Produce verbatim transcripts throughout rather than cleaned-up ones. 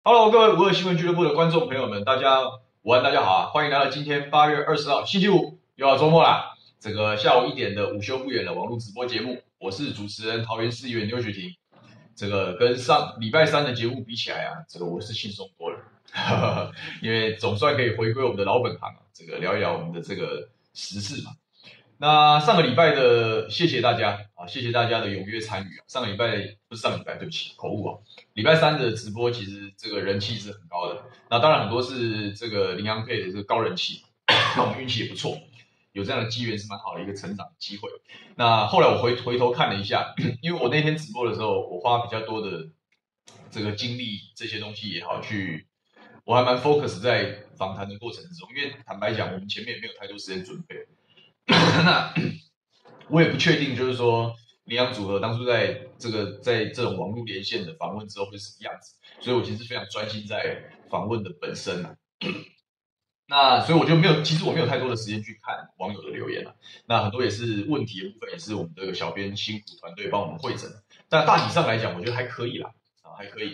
Hello，各位五二新闻俱乐部的观众朋友们，大家午安，大家好啊！欢迎来到今天八月二十号星期五，又要周末啦。这个下午一点的午休不远的网络直播节目，我是主持人桃园市议员刘雪婷。这个跟上礼拜三的节目比起来啊，这个我是轻松多了，因为总算可以回归我们的老本行啊，这个聊一聊我们的这个时事嘛。那上个礼拜的谢谢大家啊，谢谢大家的踊跃参与啊。上个礼拜不是上个礼拜，对不起，口误啊。礼拜三的直播其实这个人气是很高的，那当然很多是这个羚羊配的这个高人气，那我们运气也不错，有这样的机缘是蛮好的一个成长的机会。那后来我回回头看了一下，因为我那天直播的时候，我花比较多的这个精力这些东西也好，去我还蛮 focus 在访谈的过程之中，因为坦白讲，我们前面也没有太多时间准备。那我也不确定，就是说羚羊组合当初在这个在这种网络连线的访问之后会是什么样子，所以我其实非常专心在访问的本身啊。那所以我就没有，其实我没有太多的时间去看网友的留言了。那很多也是问题的部分，也是我们这个小编辛苦团队帮我们汇整。但大体上来讲，我觉得还可以啦，啊，还可以。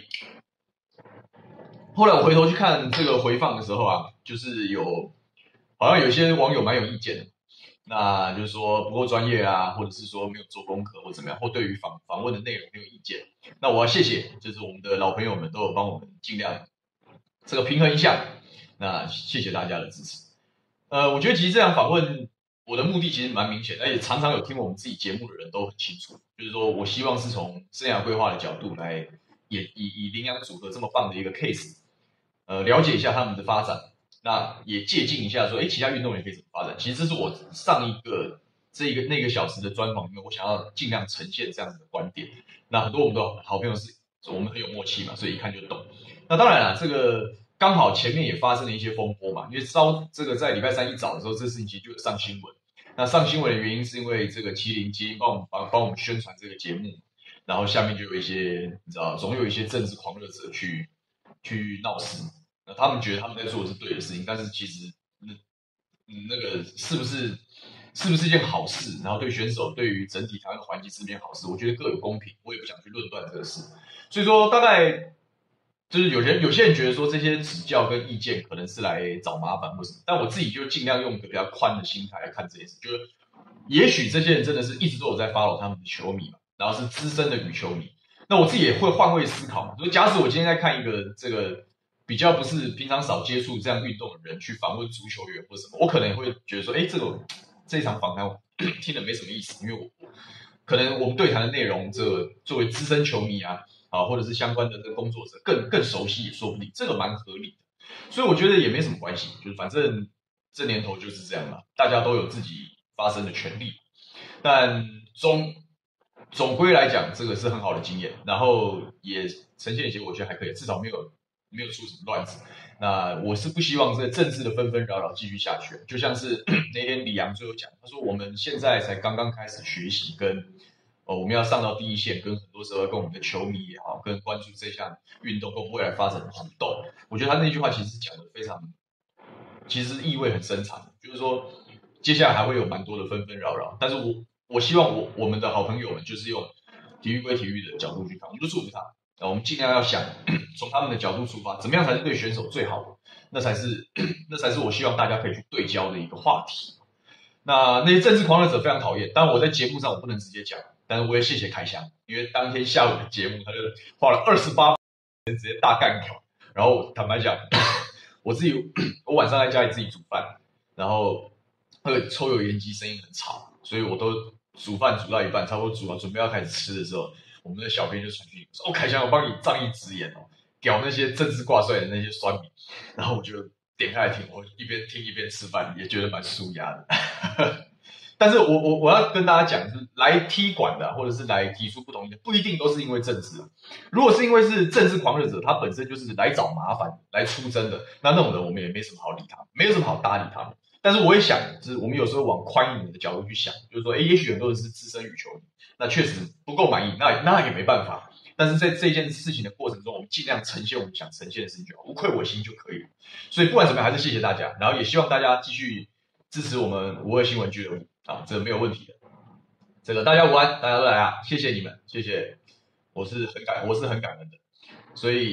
后来我回头去看这个回放的时候啊，就是有好像有些网友蛮有意见的。那就是说不够专业啊，或者是说没有做功课或怎么样，或对于访访问的内容没有意见。那我要谢谢，就是我们的老朋友们都有帮我们尽量这个平衡一下。那谢谢大家的支持。呃，我觉得其实这样访问我的目的其实蛮明显的，而且常常有听我们自己节目的人都很清楚，就是说我希望是从生涯规划的角度来，也以以羚羊组合这么棒的一个 case， 呃，了解一下他们的发展。那也借鉴一下，说，哎，其他运动员可以怎么发展？其实这是我上一个这一个那个小时的专访里面，我想要尽量呈现这样子的观点。那很多我们的好朋友是，我们很有默契嘛，所以一看就懂。那当然了，这个刚好前面也发生了一些风波嘛，因为稍这个在礼拜三一早的时候，这事情其实就有上新闻。那上新闻的原因是因为这个麒麟基因帮我们帮帮我们宣传这个节目，然后下面就有一些你知道，总有一些政治狂热者去去闹事。那他们觉得他们在做的是对的事情，但是其实，嗯，那个是不是是不是一件好事？然后对选手，对于整体台湾的环境是不是一件好事？我觉得各有公平，我也不想去论断这个事。所以说，大概就是有些有些人觉得说这些指教跟意见可能是来找麻烦或什么，但我自己就尽量用一个比较宽的心态来看这件事，就是也许这些人真的是一直都有在 follow 他们的球迷嘛，然后是资深的羽球迷。那我自己也会换位思考嘛，就假使我今天在看一个这个。比较不是平常少接触这样运动的人去访问足球员或什么，我可能也会觉得说，哎，这个这一场访谈我听了没什么意思，因为我可能我们对谈的内容，这个作为资深球迷啊，啊或者是相关的这个工作者更更熟悉也说不定，这个蛮合理的，所以我觉得也没什么关系，就是反正这年头就是这样嘛，大家都有自己发声的权利，但总总归来讲，这个是很好的经验，然后也呈现的结果我觉得还可以，至少没有。没有出什么乱子，那我是不希望这个政治的纷纷扰扰继续下去。就像是那天李阳最后讲，他说我们现在才刚刚开始学习，跟哦我们要上到第一线，跟很多时候跟我们的球迷也好，跟关注这项运动跟我们未来发展的互动。我觉得他那句话其实讲的非常，其实意味很深长，就是说接下来还会有蛮多的纷纷扰扰，但是我我希望我我们的好朋友们就是用体育归体育的角度去看，我们就祝福他。我们尽量要想从他们的角度出发，怎么样才是对选手最好的？那才是那才是我希望大家可以去对焦的一个话题。那那些政治狂热者非常讨厌，当然我在节目上我不能直接讲，但是我也谢谢凯翔，因为当天下午的节目他就花了二十八分直接大干掉。然后坦白讲，我自己我晚上在家里自己煮饭，然后那个抽油烟机声音很吵，所以我都煮饭煮到一半，差不多煮好准备要开始吃的时候。我们的小编就传讯说：“哦，凯翔，我帮你仗义直言哦，屌那些政治挂帅的那些酸民。”然后我就点开来听，我一边听一边吃饭，也觉得蛮舒压的。但是我我我要跟大家讲，就是来踢馆的，或者是来提出不同意见，不一定都是因为政治。如果是因为是政治狂热者，他本身就是来找麻烦、来出征的，那那种人我们也没什么好理他，没有什么好搭理他们。但是我也想，就是我们有时候往宽一点的角度去想，就是说，哎，也许很多人是资深羽球迷，那确实不够满意，那那也没办法。但是在这件事情的过程中，我们尽量呈现我们想呈现的事情就好，无愧我心就可以了。所以不管怎么样，还是谢谢大家，然后也希望大家继续支持我们五二新闻俱乐部啊，这个没有问题的。这个大家午安，大家都来啊，谢谢你们，谢谢，我是很感，我是很感恩的。所以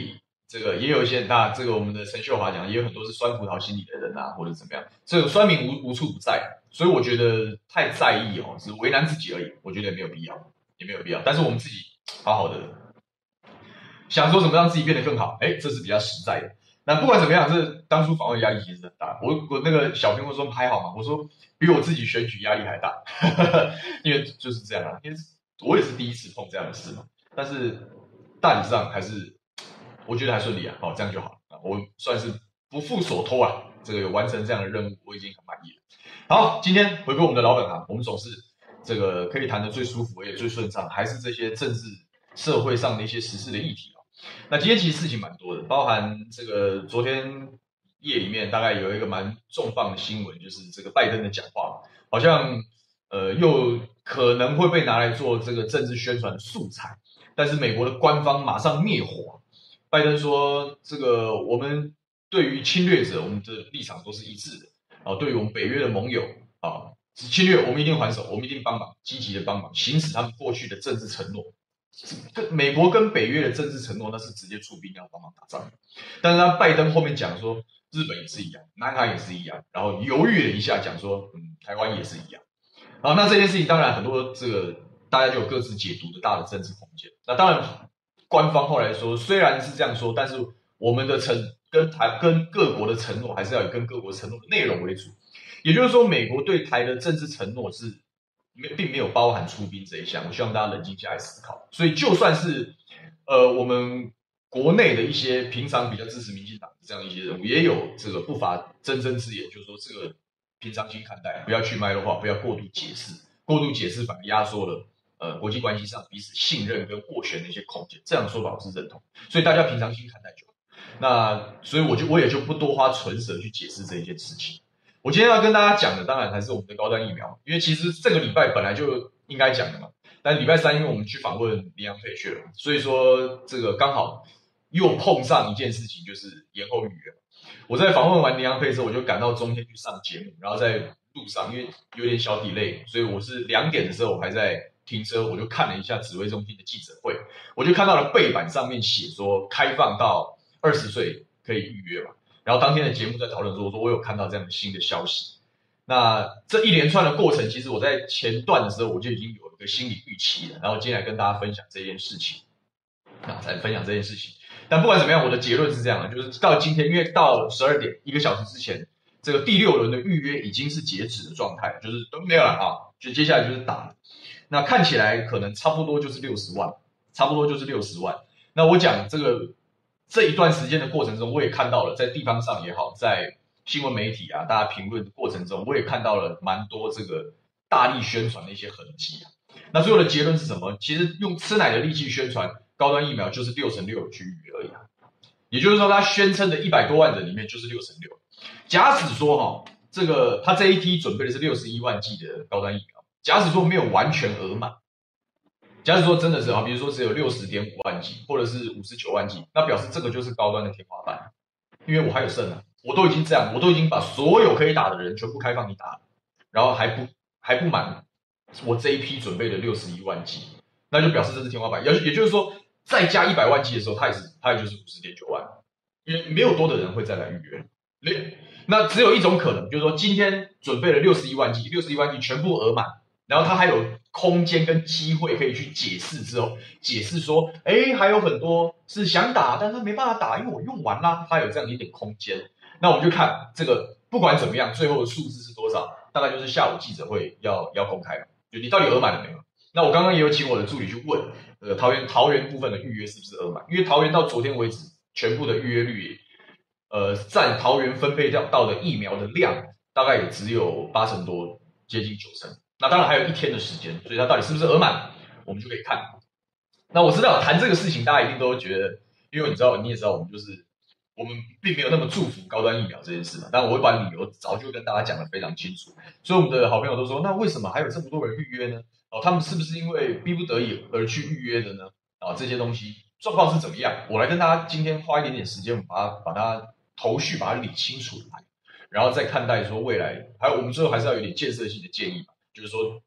这个也有一些，那这个我们的陈秀华讲，也有很多是酸葡萄心理的人啊，或者怎么样，这个酸民无无处不在，所以我觉得太在意哦，只为难自己而已，我觉得也没有必要，也没有必要。但是我们自己好好的想说怎么让自己变得更好，哎，这是比较实在的。那不管怎么样，这当初访问压力其实很大。我我那个小朋友说还好嘛，我说比我自己选举压力还大，因为就是这样啊，因为我也是第一次碰这样的事嘛。但是大体上还是我觉得还顺利啊，好、哦、这样就好了。我算是不负所托啊，这个有完成这样的任务，我已经很满意了。好，今天回归我们的老本行，我们总是这个可以谈得最舒服也最顺畅，还是这些政治社会上的一些时事的议题啊。那今天其实事情蛮多的，包含这个昨天夜里面大概有一个蛮重磅的新闻，就是这个拜登的讲话，好像呃又可能会被拿来做这个政治宣传的素材，但是美国的官方马上灭火，拜登说这个我们对于侵略者我们的立场都是一致的啊，对于我们北约的盟友啊侵略我们一定还手，我们一定帮忙，积极的帮忙，行使他们过去的政治承诺。跟美国跟北约的政治承诺，那是直接出兵要帮忙打仗。但是他拜登后面讲说，日本也是一样，南韩也是一样，然后犹豫了一下，讲说，嗯，台湾也是一样。好，那这件事情当然很多这个大家就有各自解读的大的政治空间。那当然，官方后来说，虽然是这样说，但是我们的承跟台跟各国的承诺，还是要以跟各国承诺的内容为主。也就是说，美国对台的政治承诺是。并没有包含出兵这一项，我希望大家冷静下来思考。所以就算是呃我们国内的一些平常比较支持民进党的这样一些人物，也有这个不乏真真之言，就是说这个平常心看待，不要去脉络化，不要过度解释，过度解释反而压缩了呃国际关系上彼此信任跟斡旋的一些空间。这样说法我是认同，所以大家平常心看待就好。那所以我就我也就不多花唇舌去解释这一件事情。我今天要跟大家讲的，当然还是我们的高端疫苗，因为其实这个礼拜本来就应该讲的嘛，但礼拜三因为我们去访问林洋配去了，所以说这个刚好又碰上一件事情，就是延后预约。我在访问完林洋配之后，我就赶到中天去上节目，然后在路上因为有点小 delay， 所以我是两点的时候我还在停车，我就看了一下指挥中心的记者会，我就看到了背板上面写说开放到二十岁可以预约嘛。然后当天的节目在讨论说，我说我有看到这样的新的消息。那这一连串的过程，其实我在前段的时候我就已经有一个心理预期了。然后今天来跟大家分享这件事情，那才分享这件事情。但不管怎么样，我的结论是这样的，就是到今天，因为到十二点一个小时之前，这个第六轮的预约已经是截止的状态，就是都没有了啊，就接下来就是打。那看起来可能差不多就是六十万，差不多就是六十万。那我讲这个。这一段时间的过程中，我也看到了，在地方上也好，在新闻媒体啊，大家评论的过程中，我也看到了蛮多这个大力宣传的一些痕迹啊。那最后的结论是什么？其实用吃奶的力气宣传高端疫苗，就是六成六去预约而已啊。也就是说，他宣称的一百多万人里面就是六成六。假使说哈、哦，这个他这一批准备的是六十一万剂的高端疫苗，假使说没有完全额满。假如说真的是啊，比如说只有六十点五万剂，或者是五十九万剂，那表示这个就是高端的天花板，因为我还有剩啊，我都已经这样，我都已经把所有可以打的人全部开放你打，然后还不还不满我这一批准备的六十一万剂，那就表示这是天花板，也也就是说再加一百万剂的时候，它也是它也就是五十点九万，因为没有多的人会再来预约，没那只有一种可能，就是说今天准备了六十一万剂，六十一万剂全部额满。然后他还有空间跟机会可以去解释之后，解释说，哎，还有很多是想打，但是他没办法打，因为我用完啦，他有这样一点空间。那我们就看这个，不管怎么样，最后的数字是多少，大概就是下午记者会要要公开嘛，就你到底额满了没有？那我刚刚也有请我的助理去问，呃，桃园桃园部分的预约是不是额满？因为桃园到昨天为止，全部的预约率，呃，占桃园分配掉到的疫苗的量，大概也只有八成多，接近九成。那当然还有一天的时间，所以它到底是不是额满，我们就可以看。那我知道谈这个事情，大家一定都觉得，因为你知道，你也知道，我们就是我们并没有那么祝福高端疫苗这件事嘛。但我会把理由早就跟大家讲得非常清楚，所以我们的好朋友都说，那为什么还有这么多人预约呢？哦，他们是不是因为逼不得已而去预约的呢？啊，这些东西状况是怎么样？我来跟大家今天花一点点时间，我们把它把它头绪把它理清楚来，然后再看待说未来，还有我们最后还是要有点建设性的建议嘛。就是说，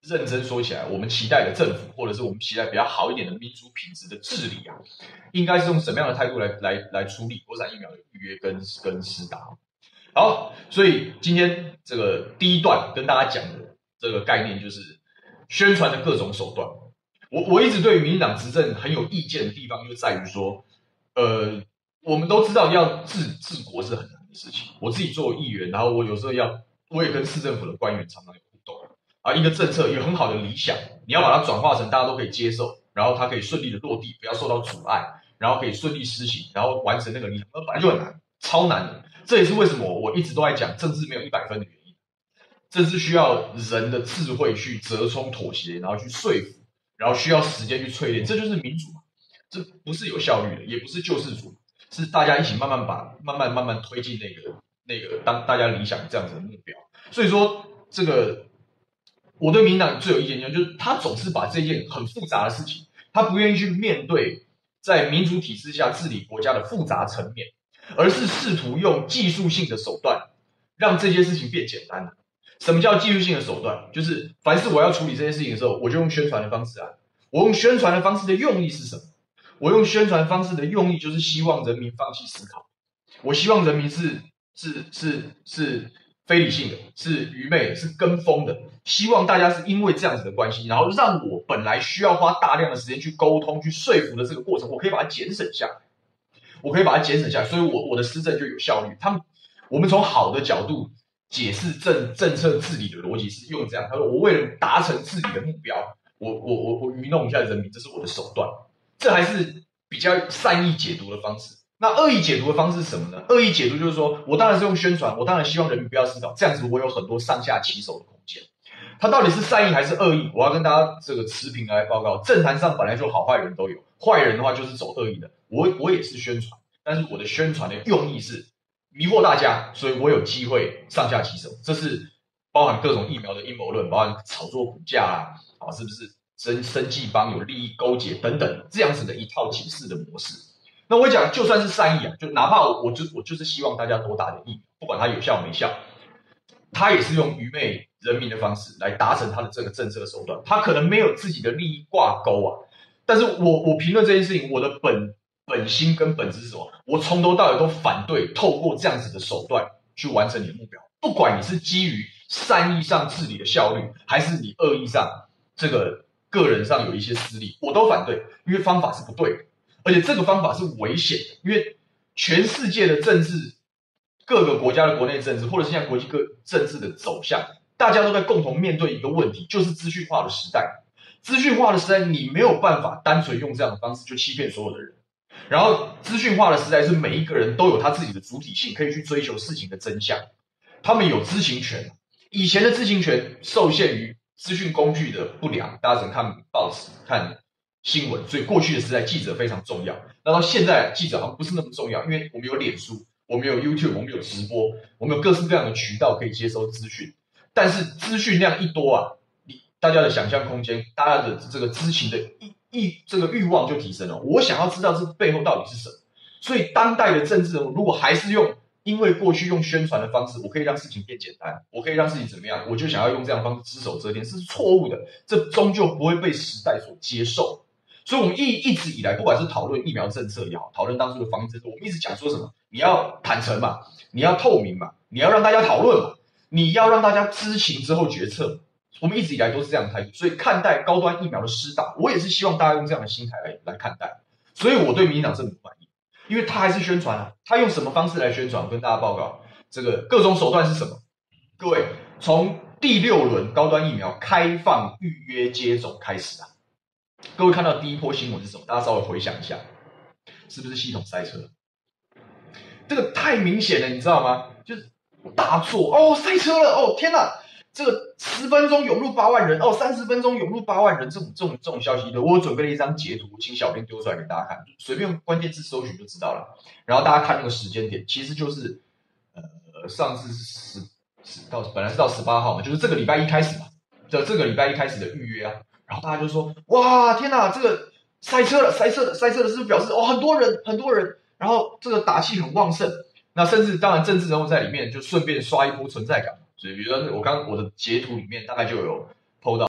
认真说起来，我们期待的政府，或者是我们期待比较好一点的民主品质的治理啊，应该是用什么样的态度来来来处理国产疫苗的预约跟跟施打？好，所以今天这个第一段跟大家讲的这个概念就是宣传的各种手段。我我一直对民进党执政很有意见的地方，就在于说，呃，我们都知道要治治国是很难的事情。我自己做议员，然后我有时候要，我也跟市政府的官员常常有互动啊。一个政策有很好的理想，你要把它转化成大家都可以接受，然后它可以顺利的落地，不要受到阻碍，然后可以顺利施行，然后完成那个理想，那本来就很难，超难的。这也是为什么我一直都在讲政治没有一百分的原因。政治需要人的智慧去折冲妥协，然后去说服。然后需要时间去淬炼，这就是民主嘛，这不是有效率的，也不是救世主，是大家一起慢慢把慢慢慢慢推进那个那个当大家理想这样子的目标。所以说，这个我对民进党最有意见就是他总是把这件很复杂的事情，他不愿意去面对在民主体制下治理国家的复杂层面，而是试图用技术性的手段让这些事情变简单了。什么叫技术性的手段？就是凡是我要处理这些事情的时候，我就用宣传的方式啊。我用宣传的方式的用意是什么？我用宣传方式的用意就是希望人民放弃思考。我希望人民是是是是非理性的，是愚昧的，是跟风的。希望大家是因为这样子的关系，然后让我本来需要花大量的时间去沟通、去说服的这个过程，我可以把它节省下来。我可以把它节省下来，所以我我的施政就有效率。他们我们从好的角度解释政政策治理的逻辑是用这样，他说我为了达成治理的目标，我我我我愚弄一下人民，这是我的手段，这还是比较善意解读的方式。那恶意解读的方式是什么呢？恶意解读就是说我当然是用宣传，我当然希望人民不要思考，这样子我有很多上下其手的空间。它到底是善意还是恶意？我要跟大家这个持平来报告。政坛上本来就好坏人都有，坏人的话就是走恶意的。我我也是宣传，但是我的宣传的用意是迷惑大家，所以我有机会上下其手，这是包含各种疫苗的阴谋论，包含炒作股价啊，啊是不是生生技帮有利益勾结等等这样子的一套解释的模式。那我讲就算是善意啊，就哪怕我我就我就是希望大家多打点疫苗，不管它有效没效，他也是用愚昧人民的方式来达成他的这个政策手段，他可能没有自己的利益挂钩啊，但是我我评论这件事情，我的本。本心跟本质是什么？我从头到尾都反对透过这样子的手段去完成你的目标，不管你是基于善意上治理的效率，还是你恶意上这个个人上有一些私利，我都反对，因为方法是不对的，而且这个方法是危险的，因为全世界的政治，各个国家的国内政治，或者是现在国际各政治的走向，大家都在共同面对一个问题，就是资讯化的时代。资讯化的时代，你没有办法单纯用这样的方式就欺骗所有的人。然后资讯化的时代是每一个人都有他自己的主体性，可以去追求事情的真相，他们有知情权。以前的知情权受限于资讯工具的不良，大家只能看报纸、看新闻，所以过去的时代记者非常重要。那到现在记者好像不是那么重要，因为我们有脸书，我们有 YouTube， 我们有直播，我们有各式各样的渠道可以接收资讯。但是资讯量一多啊，你大家的想象空间，大家的这个知情的一欲这个欲望就提升了，我想要知道这背后到底是什么。所以当代的政治人物如果还是用，因为过去用宣传的方式，我可以让事情变简单，我可以让事情怎么样，我就想要用这样的方式只手遮天，这是错误的，这终究不会被时代所接受。所以我们一一直以来，不管是讨论疫苗政策也好，讨论当初的防疫政策，我们一直讲说什么？你要坦诚嘛，你要透明嘛，你要让大家讨论嘛，你要让大家知情之后决策。我们一直以来都是这样的态度，所以看待高端疫苗的施打，我也是希望大家用这样的心态来来看待。所以我对民进党政府不满意，因为他还是宣传啊，他用什么方式来宣传？我跟大家报告，这个各种手段是什么？各位，从第六轮高端疫苗开放预约接种开始啊，各位看到第一波新闻是什么？大家稍微回想一下，是不是系统塞车？这个太明显了，你知道吗？就是大作哦，塞车了哦，天哪！这个十分钟涌入八万人哦，三十分钟涌入八万人，这种这种这种消息，我准备了一张截图，请小编丢出来给大家看，随便关键字搜寻就知道了。然后大家看那个时间点，其实就是呃上次是十十到本来是到十八号嘛，就是这个礼拜一开始嘛，的这个礼拜一开始的预约啊。然后大家就说哇天哪，这个塞车了，塞车了，塞车了，是不是表示哦很多人很多人，然后这个打气很旺盛，那甚至当然政治人物在里面就顺便刷一波存在感。所以，比如说我刚我的截图里面大概就有 po 到。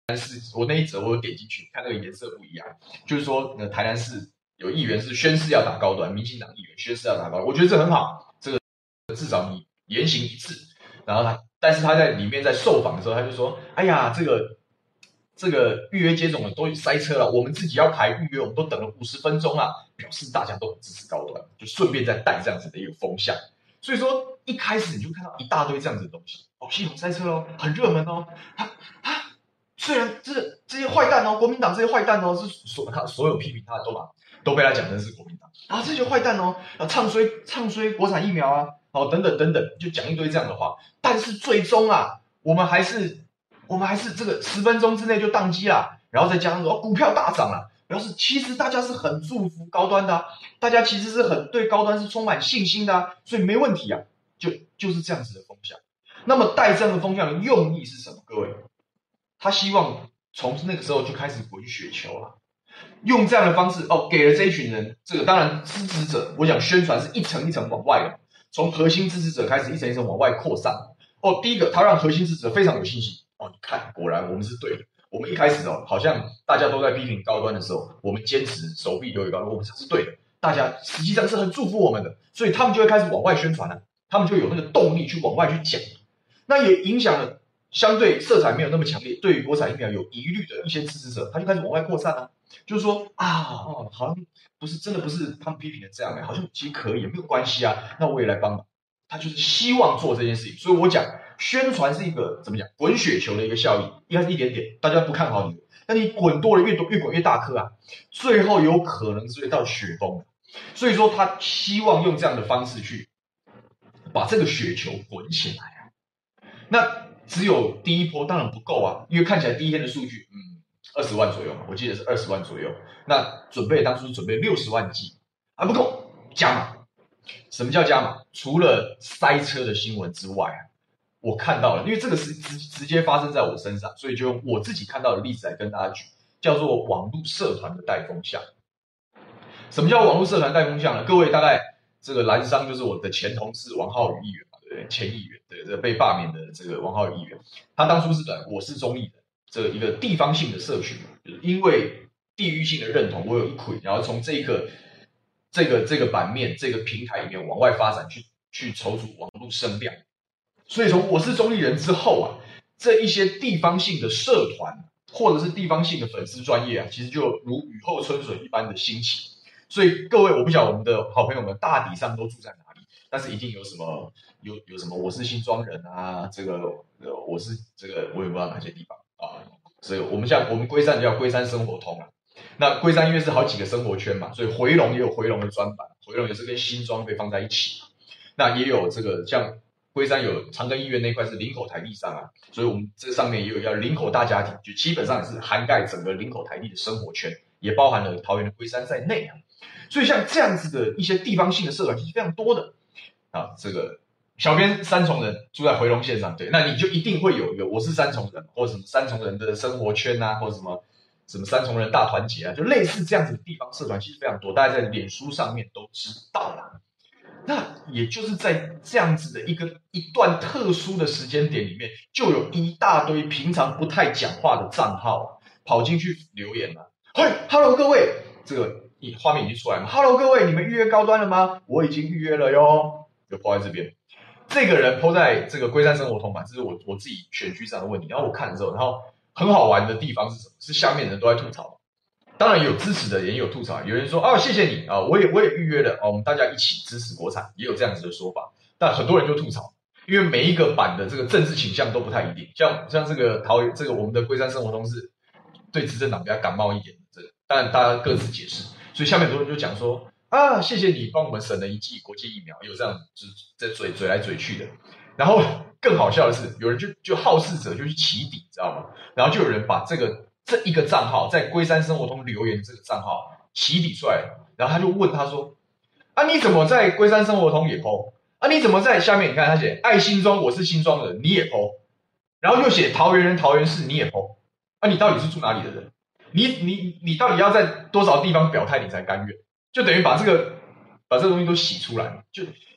我那一则我有点进去看，那个颜色不一样，就是说，呃，台南市有议员是宣誓要打高端，民进党议员宣誓要打高端，我觉得这很好，这个至少你言行一致。然后他，但是他在里面在受访的时候，他就说：“哎呀，这个这个预约接种的都塞车了，我们自己要排预约，我们都等了五十分钟啊，表示大家都很支持高端，就顺便再带这样子的一个风向。所以说一开始你就看到一大堆这样子的东西，哦，系统塞车哦，很热门哦，他他。”虽然这这些坏蛋哦，国民党这些坏蛋哦，是所他所有批评他的都嘛都被他讲成是国民党啊，这些坏蛋哦，啊唱衰唱衰国产疫苗啊，哦等等等等，就讲一堆这样的话。但是最终啊，我们还是我们还是这个十分钟之内就宕机啦，然后再加上说、哦、股票大涨了，表示其实大家是很祝福高端的、啊，大家其实是很对高端是充满信心的、啊，所以没问题啊，就就是这样子的风向。那么带这样的风向的用意是什么？各位？他希望从那个时候就开始滚雪球了，用这样的方式哦，给了这一群人这个当然支持者，我讲宣传是一层一层往外的，从核心支持者开始一层一层往外扩散。哦，第一个他让核心支持者非常有信心哦，你看果然我们是对的。我们一开始哦，好像大家都在批评高端的时候，我们坚持手臂留给高端，我们是对的，大家实际上是很祝福我们的，所以他们就会开始往外宣传了、啊，他们就有那个动力去往外去讲，那也影响了。相对色彩没有那么强烈，对于国产疫苗有疑虑的一些支持者，他就开始往外扩散啊，就是说啊，哦，好像不是真的不是他们批评的这样哎、欸，好像其实可以，没有关系啊，那我也来帮忙。他就是希望做这件事情，所以我讲宣传是一个怎么讲滚雪球的一个效应，应该是一点点，大家不看好你，那你滚多了越多越滚越大颗啊，最后有可能是会到雪崩。所以说他希望用这样的方式去把这个雪球滚起来啊，那。只有第一波当然不够啊，因为看起来第一天的数据，嗯，二十万左右嘛，我记得是二十万左右。那准备当初准备六十万剂，还不够，加码。什么叫加码？除了塞车的新闻之外啊，我看到了，因为这个是直直接发生在我身上，所以就用我自己看到的例子来跟大家举，叫做网络社团的带风向。什么叫网络社团带风向呢？各位大概这个蓝商就是我的前同事王浩宇议员。对，前议员，对，这被罢免的这个王浩宇议员，他当初是的，我是中立的这个一个地方性的社群，就是因为地域性的认同，我有一捆，然后从这个这个这个版面、这个平台里面往外发展，去去筹组网络声量。所以从我是中立人之后啊，这一些地方性的社团或者是地方性的粉丝专业啊，其实就如雨后春笋一般的兴起。所以各位，我不晓得我们的好朋友们大体上都住在哪里，但是一定有什么。有有什么？我是新庄人啊，这个呃，我是这个，我也不知道哪些地方啊。所以我们像我们龟山就叫龟山生活通啊。那龟山因为是好几个生活圈嘛，所以回龙也有回龙的专版，回龙也是跟新庄被放在一起。那也有这个像龟山有长庚医院那块是林口台地上啊，所以我们这上面也有叫林口大家庭，就基本上也是涵盖整个林口台地的生活圈，也包含了桃园的龟山在内啊。所以像这样子的一些地方性的社团其实非常多的啊，这个。小编三重人住在回龙线上，对，那你就一定会有一个我是三重人，或者什么三重人的生活圈啊，或者什么什么三重人大团结啊，就类似这样子的地方社团，其实非常多，大家在脸书上面都知道啦。那也就是在这样子的一个一段特殊的时间点里面，就有一大堆平常不太讲话的账号跑进去留言了。嘿 ，Hello 各位，这个画面已经出来了 ，Hello 各位，你们预约高端了吗？我已经预约了哟，就抛在这边。这个人 po 在这个龟山生活通版，这是我我自己选区上的问题。然后我看了之后，然后很好玩的地方是什么？是下面的人都在吐槽，当然有支持的，也有吐槽。有人说哦，谢谢你啊，我也我也预约了，哦，我们大家一起支持国产，也有这样子的说法。但很多人就吐槽，因为每一个版的这个政治倾向都不太一定。像像这个桃园这个我们的龟山生活通是对执政党比较感冒一点的，这个当然大家各自解释。所以下面很多人就讲说。啊，谢谢你帮我们省了一剂国际疫苗，有这样子在嘴嘴来嘴去的。然后更好笑的是，有人就就好事者就去起底，知道吗？然后就有人把这个这一个账号在龟山生活通留言这个账号起底出来，然后他就问他说：“啊，你怎么在龟山生活通也 po？ 啊，你怎么在下面？你看他写爱新庄，我是新庄人，你也 po， 然后又写桃园人桃园市，你也 po。啊，你到底是住哪里的人？你你你到底要在多少地方表态你才甘愿？”就等于把这个把这个东西都洗出来，就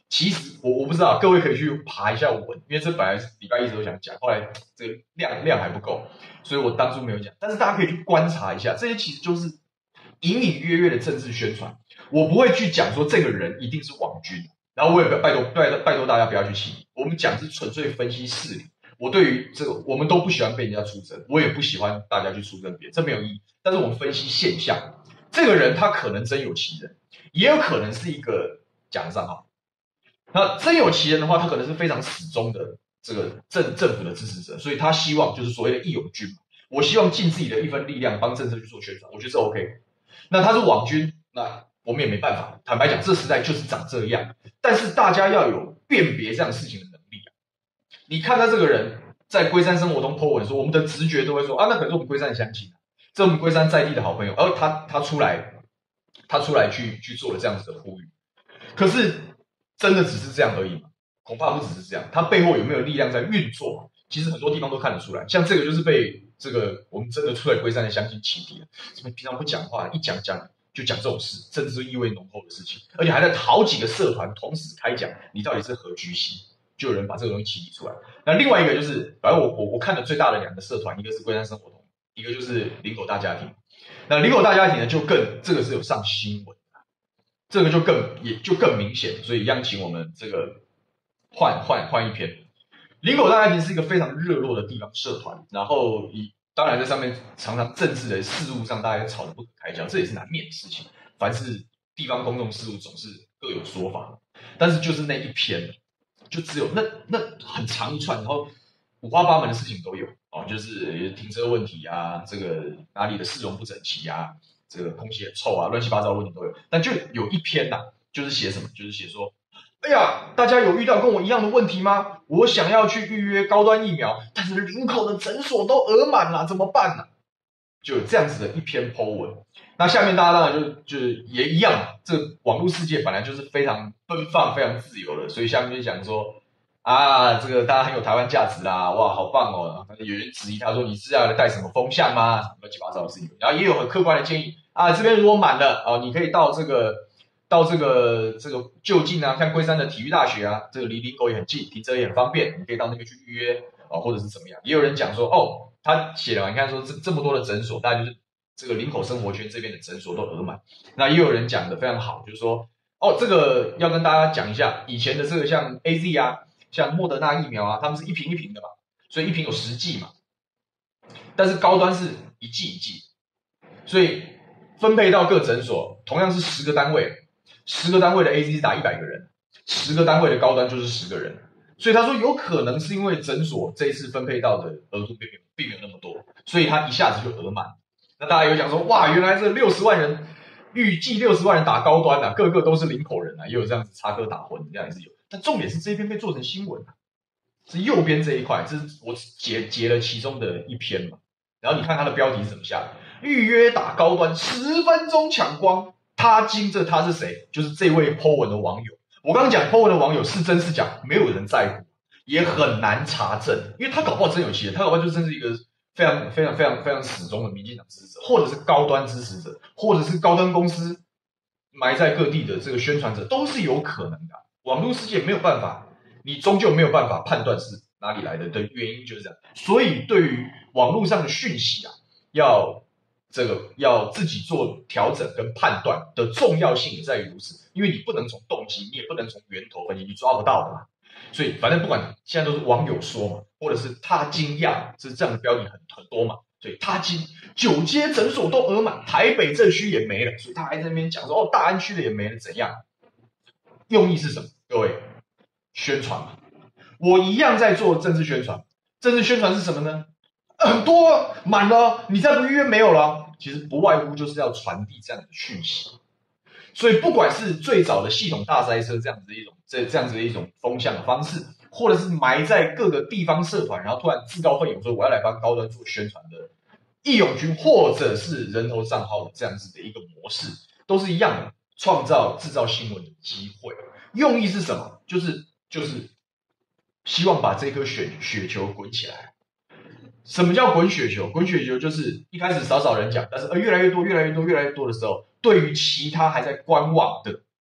其实我我不知道，各位可以去爬一下文，因为这本来是礼拜一直都想讲，后来这个量量还不够，所以我当初没有讲。但是大家可以去观察一下，这些其实就是隐隐约约的政治宣传。我不会去讲说这个人一定是网军，然后我也拜托拜托拜托大家不要去起，我们讲是纯粹分析事理。我对于这个，我们都不喜欢被人家出征，我也不喜欢大家去出征别人，这没有意义。但是我们分析现象，这个人他可能真有其人，也有可能是一个假的账号。那真有其人的话，他可能是非常死忠的这个政政府的支持者，所以他希望就是所谓的义勇军嘛。我希望尽自己的一份力量帮政策去做宣传，我觉得这 OK。那他是网军，那我们也没办法。坦白讲，这时代就是长这样。但是大家要有辨别这样事情的能力啊。你看到这个人在龟山生活中 po 文说，我们的直觉都会说啊，那可是我们龟山的乡亲，这我们龟山在地的好朋友，而他他出来，他出来去去做了这样子的呼吁。可是真的只是这样而已吗？恐怕不只是这样，他背后有没有力量在运作？其实很多地方都看得出来。像这个就是被这个我们真的出来龟山的乡亲起底了，什么平常不讲话，一讲讲就讲这种事，政治意味浓厚的事情，而且还在好几个社团同时开讲，你到底是何居心？就有人把这个东西起底出来。那另外一个就是，反正我我我看的最大的两个社团，一个是龟山生活通，一个就是林口大家庭。那林口大家庭呢，就更这个是有上新闻，这个就更也就更明显，所以央请我们这个换换换一篇。林口大家庭是一个非常热络的地方社团，然后以当然在上面常常政治的事务上大家吵得不可开交，这也是难免的事情。凡是地方公众事务总是各有说法，但是就是那一篇，就只有那那很长一串，然后五花八门的事情都有哦，就是停车问题啊，这个哪里的市容不整齐啊，这个空气很臭啊，乱七八糟的问题都有。但就有一篇呐、啊，就是写什么，就是写说，哎呀，大家有遇到跟我一样的问题吗？我想要去预约高端疫苗，但是林口的诊所都额满了，怎么办呢、啊？就有这样子的一篇 po 文。那下面大家当然就就是也一样嘛，这个网络世界本来就是非常奔放、非常自由的，所以下面就讲说啊，这个大家很有台湾价值啦，哇，好棒哦！有人质疑他说你是要来带什么风向吗？乱七八糟的事情。然后也有很客观的建议啊，这边如果满了哦，你可以到这个到这个这个就近啊，像龟山的体育大学啊，这个离林口也很近，停车也很方便，你可以到那边去预约哦，或者是怎么样。也有人讲说哦，他写了，你看说这这么多的诊所，大概就是这个林口生活圈这边的诊所都额满。那也有人讲的非常好，就是说哦，这个要跟大家讲一下，以前的这个像 A Z 啊。像莫德纳疫苗啊，他们是一瓶一瓶的嘛，所以一瓶有十剂嘛，但是高端是一剂一剂，所以分配到各诊所，同样是十个单位，十个单位的 A Z 是打一百个人，十个单位的高端就是十个人，所以他说有可能是因为诊所这一次分配到的额度并没有并没有那么多，所以他一下子就额满。那大家有讲说，哇，原来这六十万人预计六十万人打高端啊，个个都是林口人啊，也有这样子插科打诨，这样也是有。但重点是这一篇被做成新闻啊，是右边这一块，这是我截截了其中的一篇嘛。然后你看它的标题是怎么下的？预约打高端十分钟抢光，他今这他是谁？就是这位 po 文的网友。我刚刚讲 po 文的网友是真是假，没有人在乎，也很难查证，因为他搞不好真有其人，他搞不好就真是一个非常非常非常非常死忠的民进党支持者，或者是高端支持者，或者是高端公司埋在各地的这个宣传者，都是有可能的。网络世界没有办法，你终究没有办法判断是哪里来的的原因就是这样。所以对于网络上的讯息啊，要这个要自己做调整跟判断的重要性也在于如此，因为你不能从动机，你也不能从源头分析，你抓不到的嘛。所以反正不管现在都是网友说嘛，或者是他惊讶，是这样的标题很很多嘛。所以他今九街诊所都额满，台北这区也没了，所以他还在那边讲说哦，大安区的也没了，怎样？用意是什么？各位，宣传嘛。我一样在做政治宣传，政治宣传是什么呢？很多满了，你再不预约没有了。其实不外乎就是要传递这样的讯息。所以不管是最早的系统大塞车这样子的一种这这样子的一种风向的方式，或者是埋在各个地方社团，然后突然自告奋勇说我要来帮高端做宣传的义勇军，或者是人头账号的这样子的一个模式，都是一样的，创造制造新闻的机会。用意是什么？就是就是希望把这颗雪雪球滚起来。什么叫滚雪球？滚雪球就是一开始少少人讲，但是呃越来越多、越来越多、越来越多的时候，对于其他还在观望的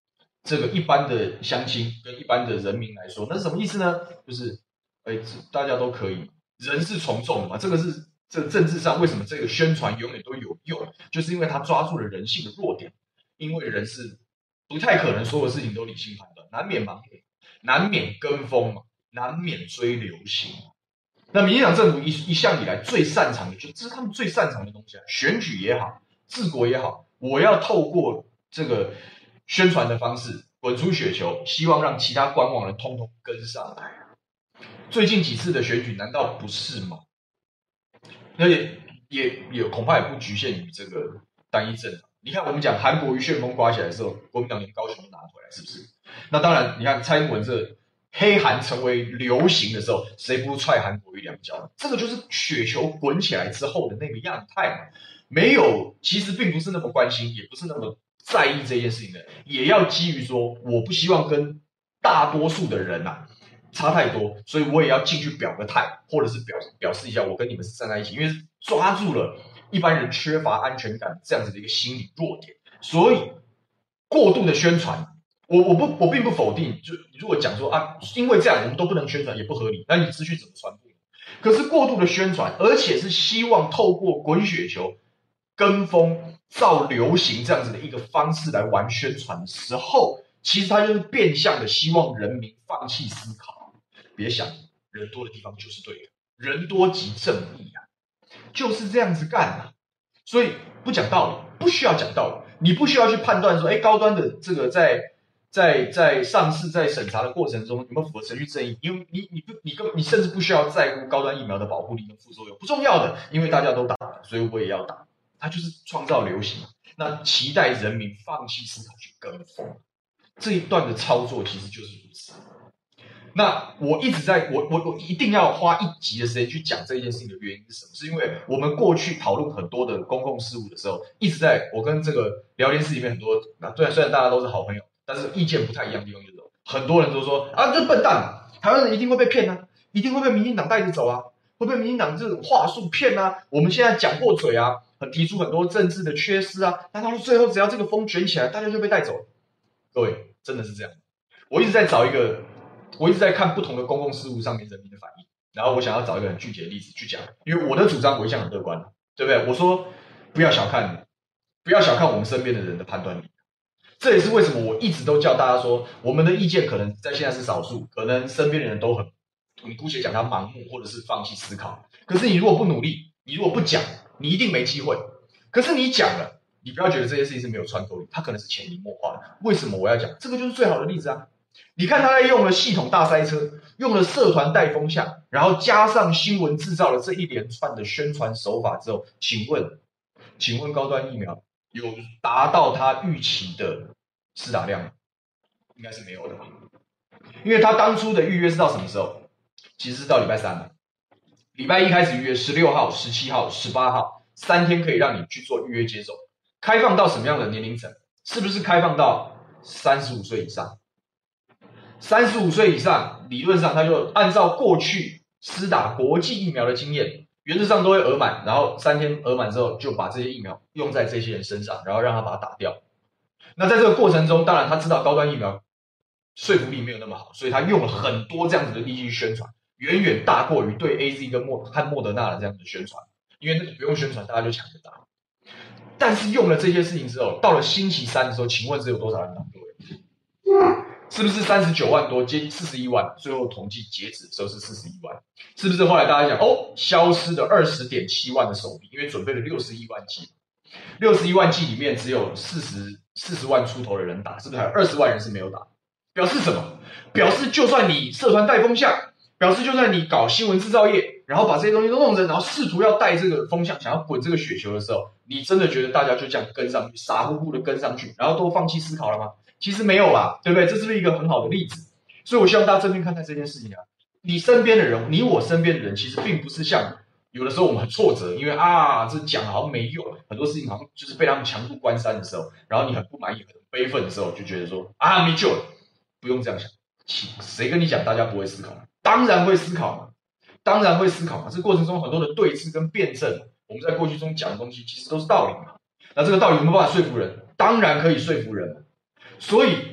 这个一般的乡亲跟一般的人民来说，那是什么意思呢？就是，哎，大家都可以，人是从众的嘛，这个是这个政治上为什么这个宣传永远都有用，就是因为它抓住了人性的弱点，因为人是不太可能所有事情都理性判断，难免盲目，难免跟风嘛，难免追流行。那民进党政府一一向以来最擅长的，就这是他们最擅长的东西啊，选举也好，治国也好，我要透过这个宣传的方式滚出雪球，希望让其他观望人通通跟上来。最近几次的选举难道不是吗？而且也也恐怕也不局限于这个单一政党。你看，我们讲韩国瑜旋风刮起来的时候，国民党连高雄都拿回来，是不是？那当然，你看蔡英文这黑韩成为流行的时候，谁不踹韩国瑜两脚？这个就是雪球滚起来之后的那个样态嘛。没有，其实并不是那么关心，也不是那么在意这件事情的，也要基于说，我不希望跟大多数的人啊差太多，所以我也要进去表个态，或者是表表示一下我跟你们是站在一起，因为抓住了一般人缺乏安全感这样子的一个心理弱点，所以过度的宣传。我我不我并不否定，就如果讲说啊，因为这样我们都不能宣传也不合理，那你资讯怎么传播？可是过度的宣传，而且是希望透过滚雪球、跟风、造流行这样子的一个方式来玩宣传的时候，其实它就是变相的希望人民放弃思考。别想人多的地方就是对的，人多即正义啊，就是这样子干啊。所以不讲道理，不需要讲道理，你不需要去判断说，哎，高端的这个在。在在上市在审查的过程中有没有符合程序正义？因为你你不你根你甚至不需要在乎高端疫苗的保护力跟副作用，不重要的，因为大家都打了，所以我也要打。它就是创造流行，那期待人民放弃思考去跟风，这一段的操作其实就是如此。那我一直在我我我一定要花一集的时间去讲这件事情的原因是什么？是因为我们过去讨论很多的公共事务的时候，一直在我跟这个聊天室里面很多，那虽然虽然大家都是好朋友。但是意见不太一样的地方就是，很多人都说啊，这笨蛋，台湾人一定会被骗啊，一定会被民进党带着走啊，会被民进党这种话术骗啊。我们现在讲过嘴啊，提出很多政治的缺失啊，但他说最后只要这个风卷起来，大家就被带走了。各位真的是这样。我一直在找一个，我一直在看不同的公共事务上面人民的反应，然后我想要找一个很具体的例子去讲，因为我的主张我一向很乐观，对不对？我说不要小看，不要小看我们身边的人的判断力。这也是为什么我一直都叫大家说，我们的意见可能在现在是少数，可能身边的人都很，你姑且讲他盲目或者是放弃思考。可是你如果不努力，你如果不讲，你一定没机会。可是你讲了，你不要觉得这件事情是没有穿透力，它可能是潜移默化的。为什么我要讲？这个就是最好的例子啊！你看他在用了系统大塞车，用了社团带风向，然后加上新闻制造了这一连串的宣传手法之后，请问，请问高端疫苗有达到他预期的施打量吗？应该是没有的吧，因为他当初的预约是到什么时候？其实是到礼拜三了。礼拜一开始预约，十六号、十七号、十八号，三天可以让你去做预约接种。开放到什么样的年龄层？是不是开放到三十五岁以上？三十五岁以上，理论上他就按照过去施打国际疫苗的经验，原则上都会额满，然后三天额满之后就把这些疫苗用在这些人身上，然后让他把它打掉。那在这个过程中，当然他知道高端疫苗说服力没有那么好，所以他用了很多这样子的力气去宣传，远远大过于对 A Z 跟莫和莫德纳的这样子的宣传，因为那个不用宣传，大家就抢着打。但是用了这些事情之后，到了星期三的时候，请问只有多少人打？各位，是不是三十九万多，接近四十一万？最后统计截止的时候是四十一万，是不是？后来大家讲哦，消失的二十点七万的手笔，因为准备了六十一万剂，六十一万剂里面只有四十四十万出头的人打，是不是还有二十万人是没有打？表示什么？表示就算你社团带风向，表示就算你搞新闻制造业，然后把这些东西都弄成，然后试图要带这个风向，想要滚这个雪球的时候，你真的觉得大家就这样跟上去，傻乎乎的跟上去，然后都放弃思考了吗？其实没有啦，对不对？这是不是一个很好的例子？所以我希望大家正面看待这件事情啊。你身边的人，你我身边的人，其实并不是像有的时候我们很挫折，因为啊这讲好像没用，很多事情好像就是被他们强渡关山的时候，然后你很不满意、很悲愤的时候，就觉得说啊没救了，不用这样想。谁跟你讲大家不会思考？当然会思考嘛，当然会思考嘛。这过程中很多的对峙跟辩证，我们在过去中讲的东西其实都是道理嘛。那这个道理有没有办法说服人？当然可以说服人。所以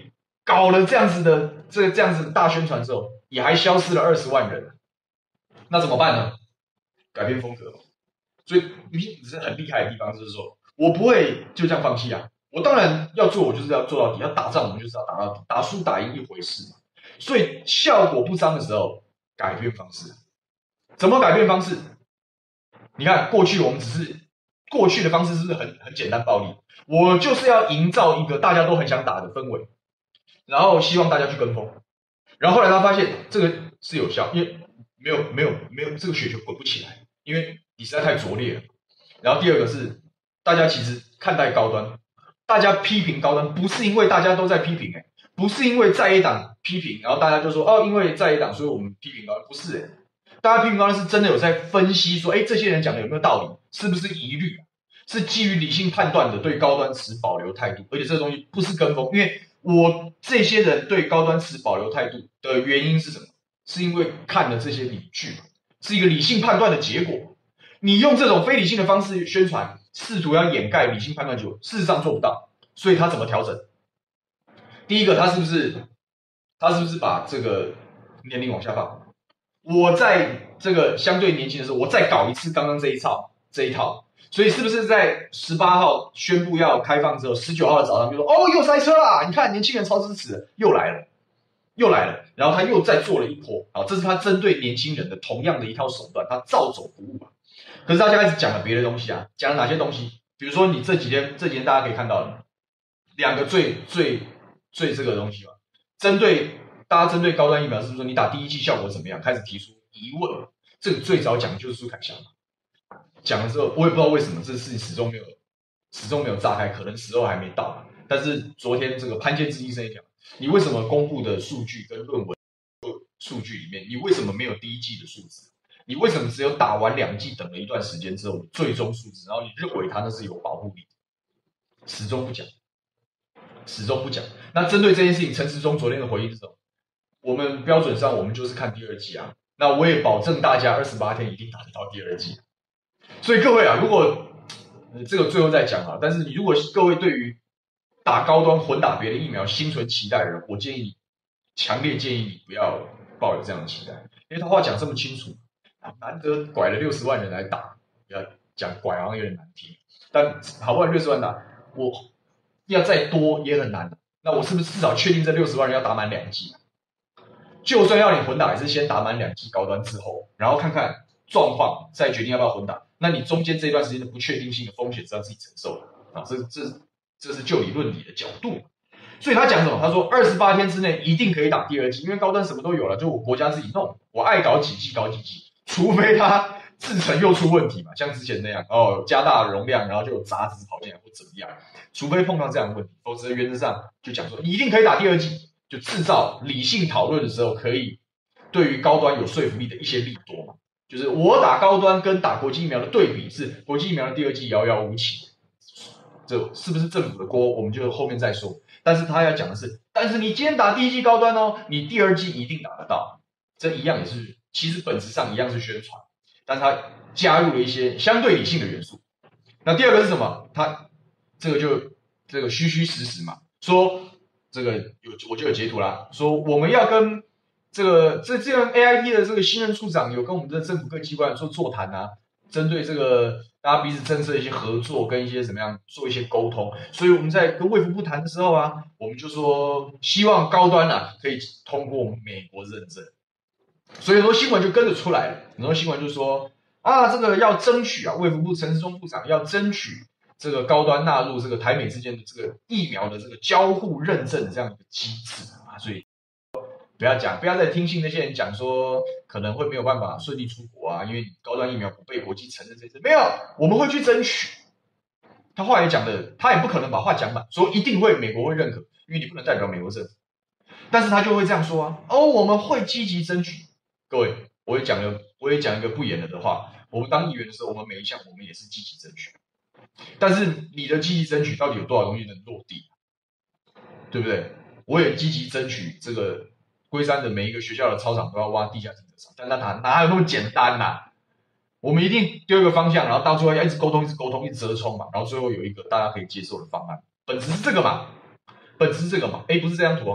搞了这样子的这个这样子大宣传之后，也还消失了二十万人，那怎么办呢？改变风格。所以女性只是很厉害的地方，就是说我不会就这样放弃啊。我当然要做，我就是要做到底。要打仗，我们就是要打到底。打输打赢一回事嘛。所以效果不彰的时候，改变方式。怎么改变方式？你看过去我们只是过去的方式是不是很很简单暴力？我就是要营造一个大家都很想打的氛围，然后希望大家去跟风。然后后来他发现这个是有效，因为没有没有没有这个雪球滚不起来，因为你实在太拙劣了。然后第二个是大家其实看待高端，大家批评高端不是因为大家都在批评、欸、不是因为在野党批评，然后大家就说哦，因为在野党所以我们批评高端，不是、欸、大家批评高端是真的有在分析说，哎，这些人讲的有没有道理，是不是疑虑，是基于理性判断的对高端持保留态度，而且这个东西不是跟风，因为我这些人对高端持保留态度的原因是什么？是因为看了这些理据，是一个理性判断的结果。你用这种非理性的方式宣传，试图要掩盖理性判断结果，事实上做不到。所以他怎么调整？第一个，他是不是他是不是把这个年龄往下放？我在这个相对年轻的时候，我再搞一次刚刚这一套这一套。所以是不是在十八号宣布要开放之后，十九号的早上就说哦又塞车啦？你看年轻人超支持，又来了，又来了。然后他又再做了一波，啊，这是他针对年轻人的同样的一套手段，他照走不误啊。可是大家开始讲了别的东西啊，讲了哪些东西？比如说你这几天这几天大家可以看到的两个最最最这个东西嘛，针对大家针对高端疫苗是不是说你打第一剂效果怎么样，开始提出疑问。这个最早讲的就是苏凯翔嘛。讲了之后，我也不知道为什么这事情始终没有始终没有炸开，可能时候还没到。但是昨天这个潘建之医生也讲，你为什么公布的数据跟论文数据里面，你为什么没有第一剂的数字？你为什么只有打完两剂，等了一段时间之后最终数字，然后你认为它那是有保护力？始终不讲，始终不讲。那针对这件事情，陈时中昨天的回应是什么？我们标准上我们就是看第二剂啊。那我也保证大家二十八天一定打得到第二剂。所以各位啊，如果、呃、这个最后再讲啊，但是你如果各位对于打高端混打别的疫苗心存期待的人，我建议你，强烈建议你不要抱有这样的期待，因为他话讲这么清楚，难得拐了六十万人来打，不要讲拐好像有点难听，但好不容易六十万打，我要再多也很难。那我是不是至少确定这六十万人要打满两剂？就算要你混打，也是先打满两剂高端之后，然后看看状况，再决定要不要混打。那你中间这段时间的不确定性的风险是要自己承受的啊，这这这是就理论理的角度。所以他讲什么？他说二十八天之内一定可以打第二剂，因为高端什么都有了，就我国家自己弄，我爱搞几剂搞几剂，除非它制程又出问题嘛，像之前那样哦，加大容量，然后就有杂质跑进来或怎么样，除非碰到这样的问题，否则原则上就讲说你一定可以打第二剂，就制造理性讨论的时候可以对于高端有说服力的一些利多嘛。就是我打高端跟打国际疫苗的对比是国际疫苗的第二剂遥遥无期，这是不是政府的锅，我们就后面再说。但是他要讲的是，但是你今天打第一剂高端哦，你第二剂一定打得到，这一样也是，其实本质上一样是宣传，但是他加入了一些相对理性的元素。那第二个是什么？他这个就这个虚虚实实嘛，说这个有我就有截图啦，说我们要跟这个这这样 A I T 的这个新任处长有跟我们的政府各机关做座谈啊，针对这个大家彼此政策的一些合作跟一些怎么样做一些沟通，所以我们在跟卫福部谈的时候啊，我们就说希望高端啊可以通过美国认证，所以很多新闻就跟着出来了，很多新闻就说啊这个要争取啊，卫福部陈时中部长要争取这个高端纳入这个台美之间的这个疫苗的这个交互认证这样一个机制啊，所以。不要讲，不要再听信那些人讲说可能会没有办法顺利出国啊，因为高端疫苗不被国际承认这些，没有，我们会去争取。他话也讲的，他也不可能把话讲满，说一定会美国会认可，因为你不能代表美国政府。但是他就会这样说啊，哦，我们会积极争取。各位，我也讲了，我也讲一个不严了的话，我们当议员的时候，我们每一项我们也是积极争取。但是你的积极争取到底有多少东西能落地，对不对？我也积极争取这个。龟山的每一个学校的操场都要挖地下停车场，但那哪哪有那么简单啊？我们一定丢一个方向，然后到最后要一直沟通，一直沟通，一直折冲嘛，然后最后有一个大家可以接受的方案。本质是这个嘛？本质是这个嘛？哎，不是这张图哦，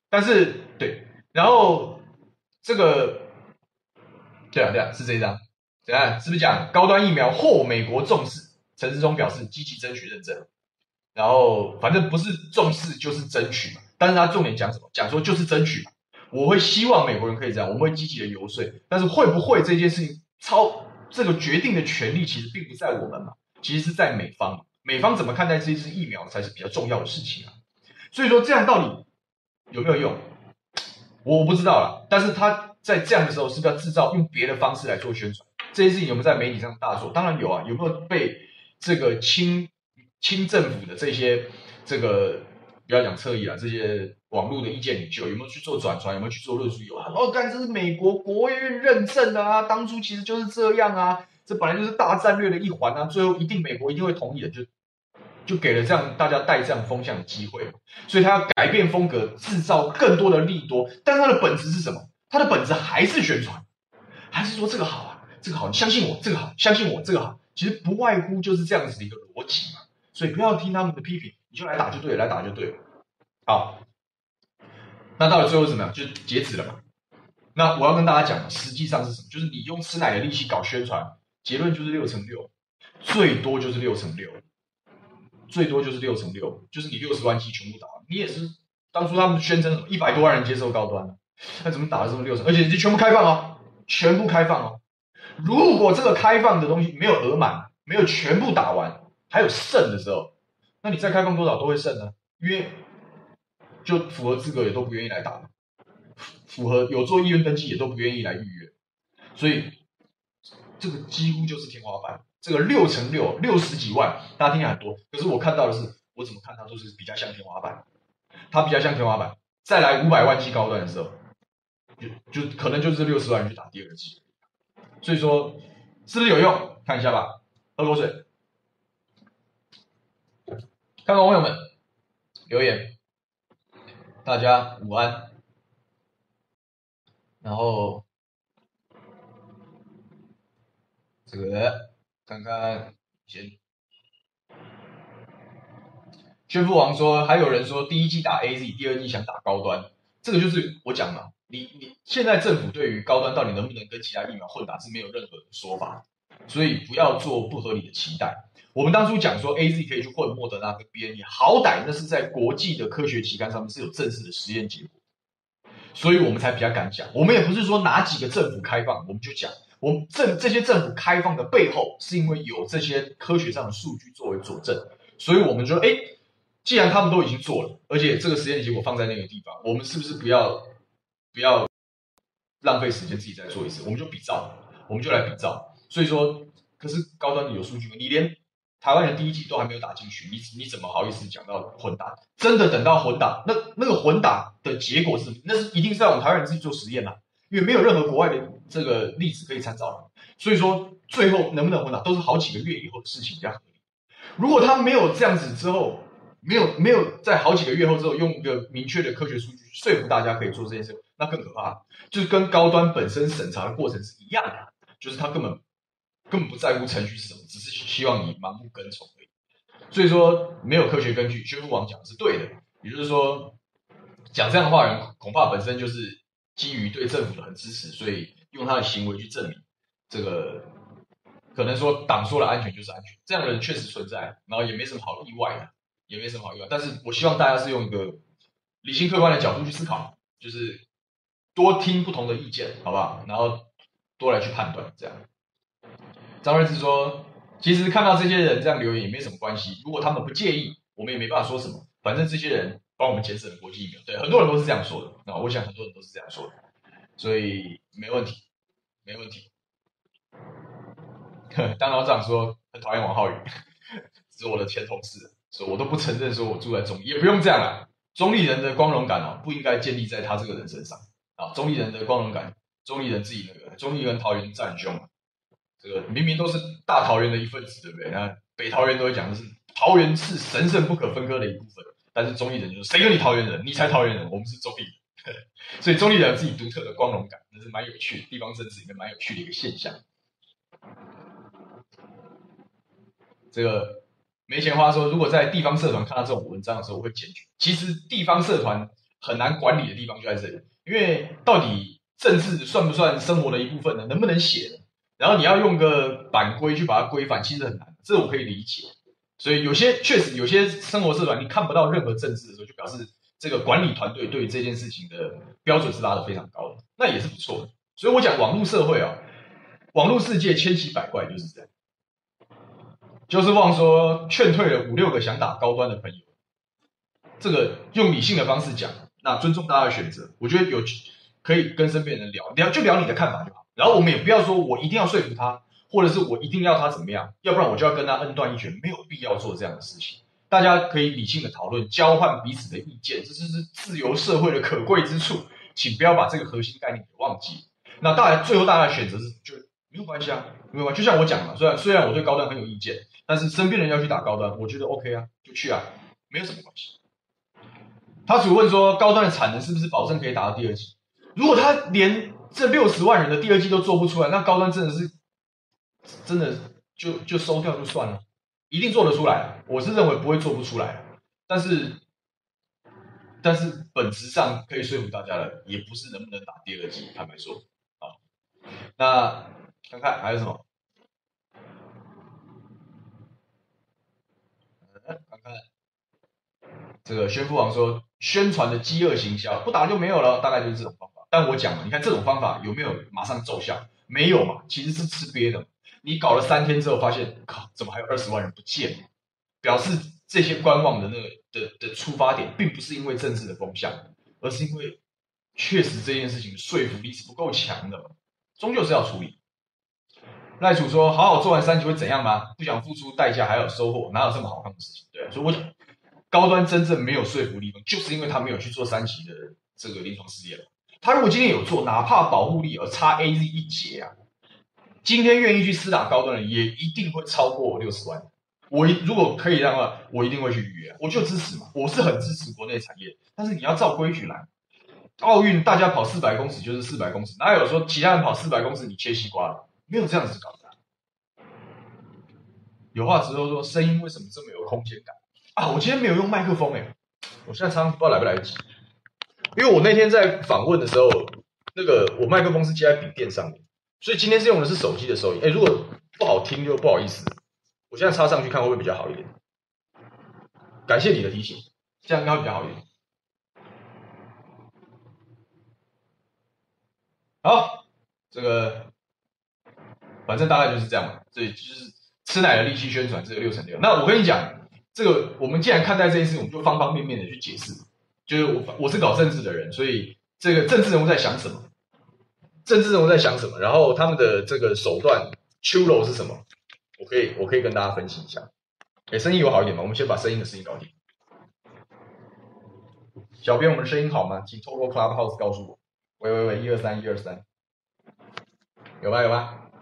但是对，然后这个对啊对啊是这一张，怎样？是不是讲高端疫苗获美国重视？陈时中表示积极争取认证，然后反正不是重视就是争取嘛。但是他重点讲什么？讲说就是争取嘛。我会希望美国人可以这样，我们会积极的游说，但是会不会这件事情超这个决定的权利其实并不在我们嘛，其实是在美方嘛。美方怎么看待这支疫苗才是比较重要的事情啊。所以说这样到底有没有用？我不知道啦。但是他在这样的时候是不是要制造用别的方式来做宣传？这些事情有没有在媒体上大做？当然有啊。有没有被这个亲亲政府的这些这个不要讲侧翼啊，这些网络的意见领袖有没有去做转传？有没有去做论述？有啊。哦，干这是美国国务院认证的啊，当初其实就是这样啊，这本来就是大战略的一环啊，最后一定美国一定会同意的，就就给了这样大家带这样风向的机会，所以他要改变风格，制造更多的利多。但是他的本质是什么？他的本质还是宣传，还是说这个好啊，这个好，你相信我，这个好，相信我，这个好。其实不外乎就是这样子的一个逻辑嘛。所以不要听他们的批评，你就来打就对了，来打就对了。好，那到了最后是怎么样？就截止了嘛。那我要跟大家讲，实际上是什么？就是你用吃奶的力气搞宣传，结论就是六乘六，最多就是六乘六。最多就是六乘六，就是你六十万剂全部打完，你也是当初他们宣称什么一百多万人接受高端，那怎么打了这么六成？而且是全部开放哦，全部开放哦。如果这个开放的东西没有额满，没有全部打完，还有剩的时候，那你再开放多少都会剩呢？因为就符合资格也都不愿意来打，符合有做意愿登记也都不愿意来预约，所以这个几乎就是天花板。这个六乘六，六十几万，大家听起来很多，可是我看到的是，我怎么看它都是比较像天花板，它比较像天花板。再来五百万剂高端的时候，就就可能就是六十万人去打第二个剂，所以说是不是有用？看一下吧，喝口水。看看网友们留言，大家午安，然后这个看看先。宣父王说，还有人说第一季打 A Z， 第二季想打高端，这个就是我讲嘛，你你现在政府对于高端到底能不能跟其他疫苗混打是没有任何的说法，所以不要做不合理的期待。我们当初讲说 A Z 可以去混莫德纳跟 B N T， 好歹那是在国际的科学期刊上面是有正式的实验结果，所以我们才比较敢讲。我们也不是说哪几个政府开放我们就讲，我们这这些政府开放的背后是因为有这些科学上的数据作为佐证，所以我们说，哎。既然他们都已经做了，而且这个实验结果放在那个地方，我们是不是不要不要浪费时间自己再做一次？我们就比照，我们就来比照。所以说，可是高端有数据吗？你连台湾人第一季都还没有打进去，你你怎么好意思讲到混打？真的等到混打，那那个混打的结果是什么？那是一定是在我们台湾人自己做实验啦、啊，因为没有任何国外的这个例子可以参照。所以说，最后能不能混打，都是好几个月以后的事情比较合理。如果他没有这样子之后，没有没有在好几个月后之后用一个明确的科学数据说服大家可以做这件事，那更可怕，就是跟高端本身审查的过程是一样的，就是他根本根本不在乎程序是什么，只是希望你盲目跟从而已。所以说没有科学根据，宣父王讲的是对的，也就是说讲这样的话人恐怕本身就是基于对政府的很支持，所以用他的行为去证明这个。可能说党说了安全就是安全，这样的人确实存在，然后也没什么好意外的。也没什么好意外，但是我希望大家是用一个理性客观的角度去思考，就是多听不同的意见，好不好？然后多来去判断，这样。张瑞智说，其实看到这些人这样留言也没什么关系，如果他们不介意，我们也没办法说什么，反正这些人帮我们节省了国际疫苗，对，很多人都是这样说的，那我想很多人都是这样说的，所以没问题，没问题。当老长说很讨厌王浩宇，是我的前同事。所以我都不承认说我住在中立，也不用这样啦。中立人的光荣感哦，不应该建立在他这个人身上啊。中立人的光荣感，中立人自己那个，中立人桃园战凶，这个明明都是大桃园的一份子，对不对？那北桃园都会讲的是桃园是神圣不可分割的一部分，但是中立人就说谁跟你桃园人？你才桃园人，我们是中立人。所以中立人有自己独特的光荣感，那是蛮有趣的，地方政治里面蛮有趣的一个现象。这个。没钱花说，如果在地方社团看到这种文章的时候，我会检举。其实地方社团很难管理的地方就在这里，因为到底政治算不算生活的一部分呢？能不能写呢？然后你要用个版规去把它规范，其实很难，这我可以理解。所以有些确实有些生活社团你看不到任何政治的时候，就表示这个管理团队对于这件事情的标准是拉得非常高的，那也是不错的。所以我讲网络社会啊，网络世界千奇百怪就是这样。就是望说劝退了五六个想打高端的朋友，这个用理性的方式讲，那尊重大家的选择，我觉得有可以跟身边人聊聊，就聊你的看法就好。然后我们也不要说我一定要说服他，或者是我一定要他怎么样，要不然我就要跟他恩断义绝，没有必要做这样的事情。大家可以理性的讨论，交换彼此的意见，这就是自由社会的可贵之处。请不要把这个核心概念给忘记。那当然，最后大家的选择是就没有关系啊，没有关系。就像我讲嘛，虽然虽然我对高端很有意见，但是身边人要去打高端，我觉得 OK 啊，就去啊，没有什么关系。他只问说高端的产能是不是保证可以打到第二季？如果他连这六十万人的第二季都做不出来，那高端真的是真的就就收掉就算了，一定做得出来。我是认为不会做不出来，但是但是本质上可以说服大家的，也不是能不能打第二季，坦白说啊。那看看还有什么？看看这个宣父王说，宣传的饥饿行销，不打就没有了，大概就是这种方法。但我讲了，你看这种方法有没有马上奏效？没有嘛，其实是吃瘪的。你搞了三天之后，发现靠，怎么还有二十万人不见了？表示这些观望的那个的的出发点，并不是因为政治的风向，而是因为确实这件事情说服力是不够强的，终究是要处理。赖楚说：“好好做完三级会怎样吗？不想付出代价还有收获，哪有这么好看的事情？”对啊，所以我讲高端真正没有说服力，就是因为他没有去做三期的这个临床试验。他如果今天有做，哪怕保护力而差 A Z 一截啊，今天愿意去施打高端的也一定会超过六十万。我如果可以让的话，我一定会去预约，我就支持嘛，我是很支持国内产业，但是你要照规矩来。奥运大家跑四百公尺就是四百公尺，哪有说其他人跑四百公尺你切西瓜了？没有这样子搞的、啊。有话直说说，声音为什么这么有空间感啊？我今天没有用麦克风哎、欸，我现在常常不知道来不来得及，因为我那天在访问的时候，那个我麦克风是接在笔电上面，所以今天是用的是手机的收音。哎，如果不好听就不好意思，我现在插上去看会不会比较好一点？感谢你的提醒，这样应该会比较好一点。好，这个反正大概就是这样嘛，所以就是吃奶的力气宣传这个六乘六。那我跟你讲，这个我们既然看待这件事，我们就方方面面的去解释。就是我我是搞政治的人，所以这个政治人物在想什么，政治人物在想什么，然后他们的这个手段秋楼是什么，我可以我可以跟大家分析一下。哎，声音有好一点吗？我们先把声音的事情搞定。小编，我们声音好吗？请透过 Clubhouse 告诉我。喂喂喂，一二三，一二三，有吧有吧？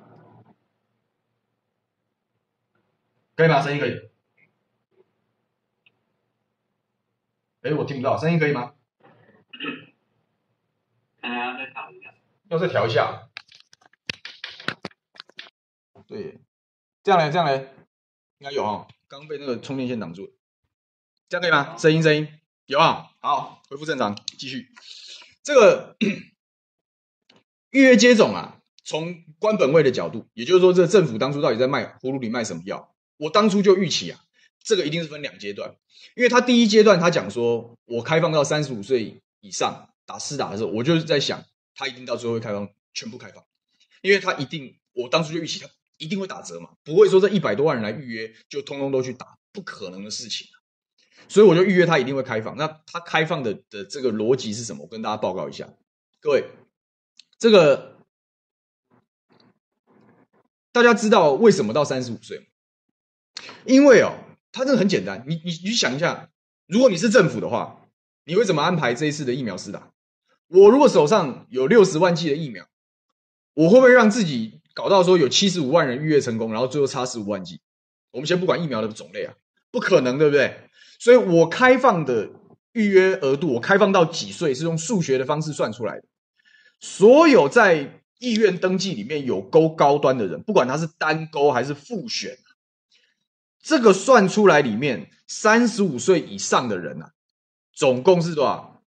可以吗？声音可以。哎，我听不到，声音可以吗？ 可能要再调一下。 要再调一下。对，这样嘞，这样嘞，应该有哦。刚被那个充电线挡住了，这样可以吗？声音声音有啊，好，恢复正常，继续。这个预约接种啊，从官本位的角度，也就是说，这个政府当初到底在卖葫芦里卖什么药？我当初就预期啊，这个一定是分两阶段，因为他第一阶段他讲说，我开放到三十五岁以上打施打的时候，我就是在想，他一定到最后会开放全部开放，因为他一定，我当初就预期他一定会打折嘛，不会说这一百多万人来预约就通通都去打，不可能的事情。所以我就预约他一定会开放。那他开放的的这个逻辑是什么？我跟大家报告一下，各位，这个大家知道为什么到三十五岁吗？因为哦，它这个很简单，你你你想一下，如果你是政府的话，你会怎么安排这一次的疫苗施打？我如果手上有六十万剂的疫苗，我会不会让自己搞到说有七十五万人预约成功，然后最后差十五万剂？我们先不管疫苗的种类啊，不可能，对不对？所以我开放的预约额度，我开放到几岁是用数学的方式算出来的。所有在意愿登记里面有勾高端的人，不管他是单勾还是复选，这个算出来里面三十五岁以上的人啊，总共是多少？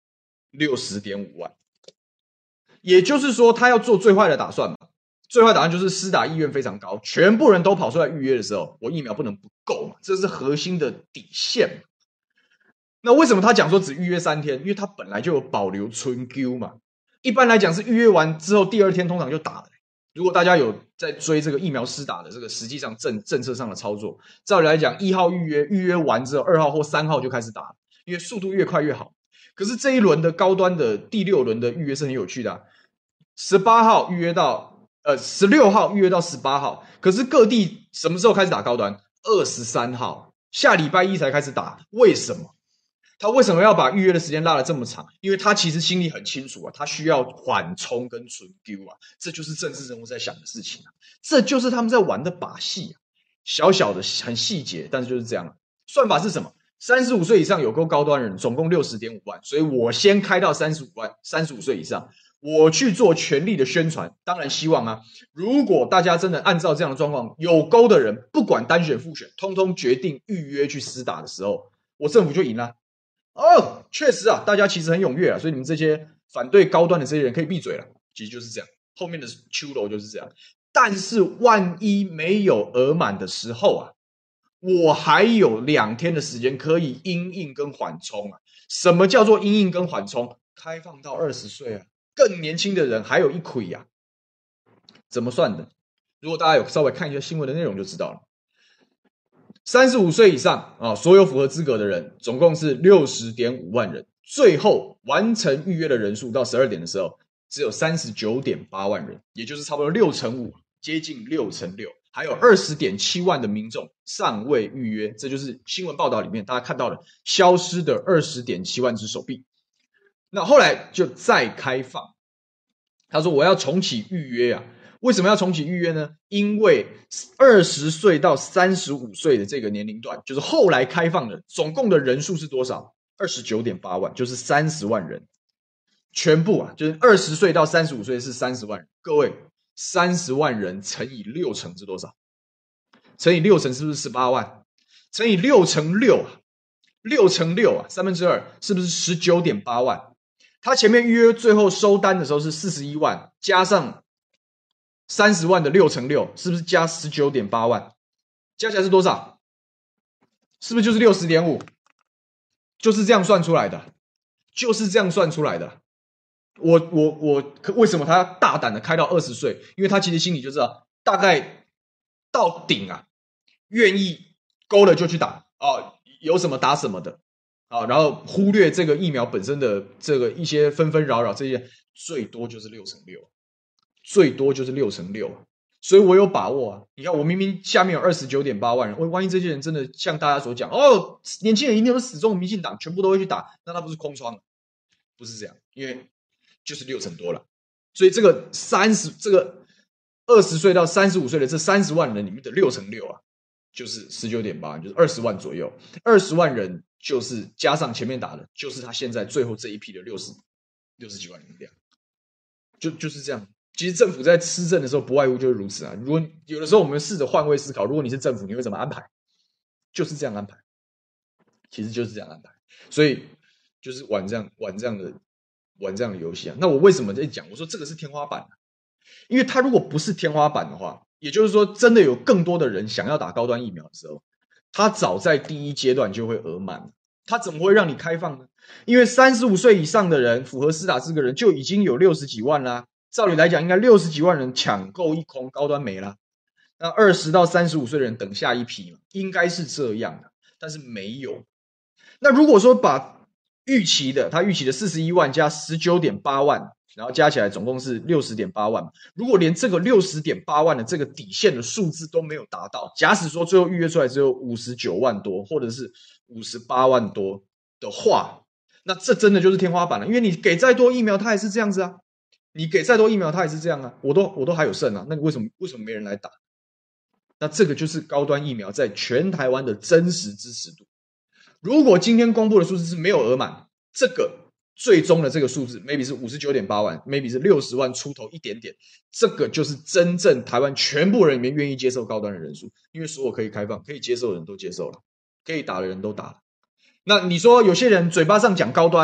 六十点五万。也就是说，他要做最坏的打算嘛。最坏打算就是施打意愿非常高，全部人都跑出来预约的时候，我疫苗不能不够嘛，这是核心的底线嘛。那为什么他讲说只预约三天？因为他本来就有保留存 Q 嘛。一般来讲是预约完之后第二天通常就打了。如果大家有在追这个疫苗施打的这个实际上政政策上的操作，照理来讲，一号预约，预约完之后二号或三号就开始打，因为速度越快越好。可是这一轮的高端的第六轮的预约是很有趣的、啊，十八号预约到呃十六号预约到十八号，可是各地什么时候开始打高端？二十三号，下礼拜一才开始打，为什么？他为什么要把预约的时间拉得这么长？因为他其实心里很清楚啊，他需要缓冲跟存 Q 啊，这就是政治人物在想的事情啊，这就是他们在玩的把戏啊，小小的很细节，但是就是这样。算法是什么？三十五岁以上有够高端人，总共 六十点五万，所以我先开到三十五万，三十五岁以上，我去做全力的宣传。当然希望啊，如果大家真的按照这样的状况，有勾的人不管单选复选，通通决定预约去施打的时候，我政府就赢了。哦，确实啊，大家其实很踊跃啊，所以你们这些反对高端的这些人可以闭嘴了。其实就是这样，后面的秋楼就是这样。但是万一没有额满的时候啊，我还有两天的时间可以因应跟缓冲啊。什么叫做因应跟缓冲？开放到二十岁啊，更年轻的人还有一亏啊。怎么算的？如果大家有稍微看一下新闻的内容就知道了。三十五岁以上啊，所有符合资格的人总共是 六十点五万人，最后完成预约的人数到十二点的时候只有 三十九点八万人，也就是差不多六乘五，接近六乘六，还有 二十点七万的民众尚未预约，这就是新闻报道里面大家看到的消失的 二十点七万只手臂。那后来就再开放，他说我要重启预约啊。为什么要重启预约呢？因为二十岁到三十五岁的这个年龄段，就是后来开放的，总共的人数是多少？ 二十九点八万，就是三十万人。全部啊，就是二十岁到三十五岁是三十万人。各位，三十万人乘以六成是多少？乘以六成是不是十八万？乘以六乘六啊，六乘六啊，三分之二是不是 十九点八万？他前面预约最后收单的时候是四十一万，加上三十万的六乘六，是不是加 十九点八万？加起来是多少？是不是就是 六十点五？ 就是这样算出来的，就是这样算出来的。我我我，为什么他大胆的开到二十岁？因为他其实心里就知道，大概到顶啊，愿意勾了就去打哦，有什么打什么的啊，然后忽略这个疫苗本身的这个一些纷纷扰扰，这些最多就是六乘六。最多就是六乘六，所以我有把握啊！你看，我明明下面有 二十九点八万人，万一这些人真的像大家所讲，哦，年轻人一定都是死忠民进党，全部都会去打，那他不是空窗？不是这样，因为就是六成多了，所以这个三十，这个二十岁到三十五岁的这三十万人里面的六乘六啊，就是 十九点八，就是二十万左右，二十万人就是加上前面打的，就是他现在最后这一批的六十六十几万人量，就就是这样。其实政府在施政的时候不外乎就是如此啊。如果有的时候我们试着换位思考，如果你是政府，你会怎么安排？就是这样安排，其实就是这样安排。所以就是玩这样玩这样的玩这样的游戏啊。那我为什么在讲？我说这个是天花板啊，因为它如果不是天花板的话，也就是说真的有更多的人想要打高端疫苗的时候，它早在第一阶段就会额满，它怎么会让你开放呢？因为三十五岁以上的人符合施打资格的人就已经有六十几万啦。照理来讲，应该六十几万人抢购一空，高端没了。那二十到三十五岁的人等下一批嘛，应该是这样的，但是没有。那如果说把预期的，他预期的四十一万加 十九点八万，然后加起来总共是 六十点八万。如果连这个 六十点八万的这个底线的数字都没有达到，假使说最后预约出来只有五十九万多，或者是五十八万多的话，那这真的就是天花板了。因为你给再多疫苗，它还是这样子啊。你给再多疫苗，它也是这样啊，我都我都还有剩啊，那为什么为什么没人来打？那这个就是高端疫苗在全台湾的真实支持度。如果今天公布的数字是没有额满，这个最终的这个数字 maybe 是 五十九点八万 maybe 是六十万出头一点点，这个就是真正台湾全部人里面愿意接受高端的人数，因为所有可以开放可以接受的人都接受了，可以打的人都打了。那你说有些人嘴巴上讲高端，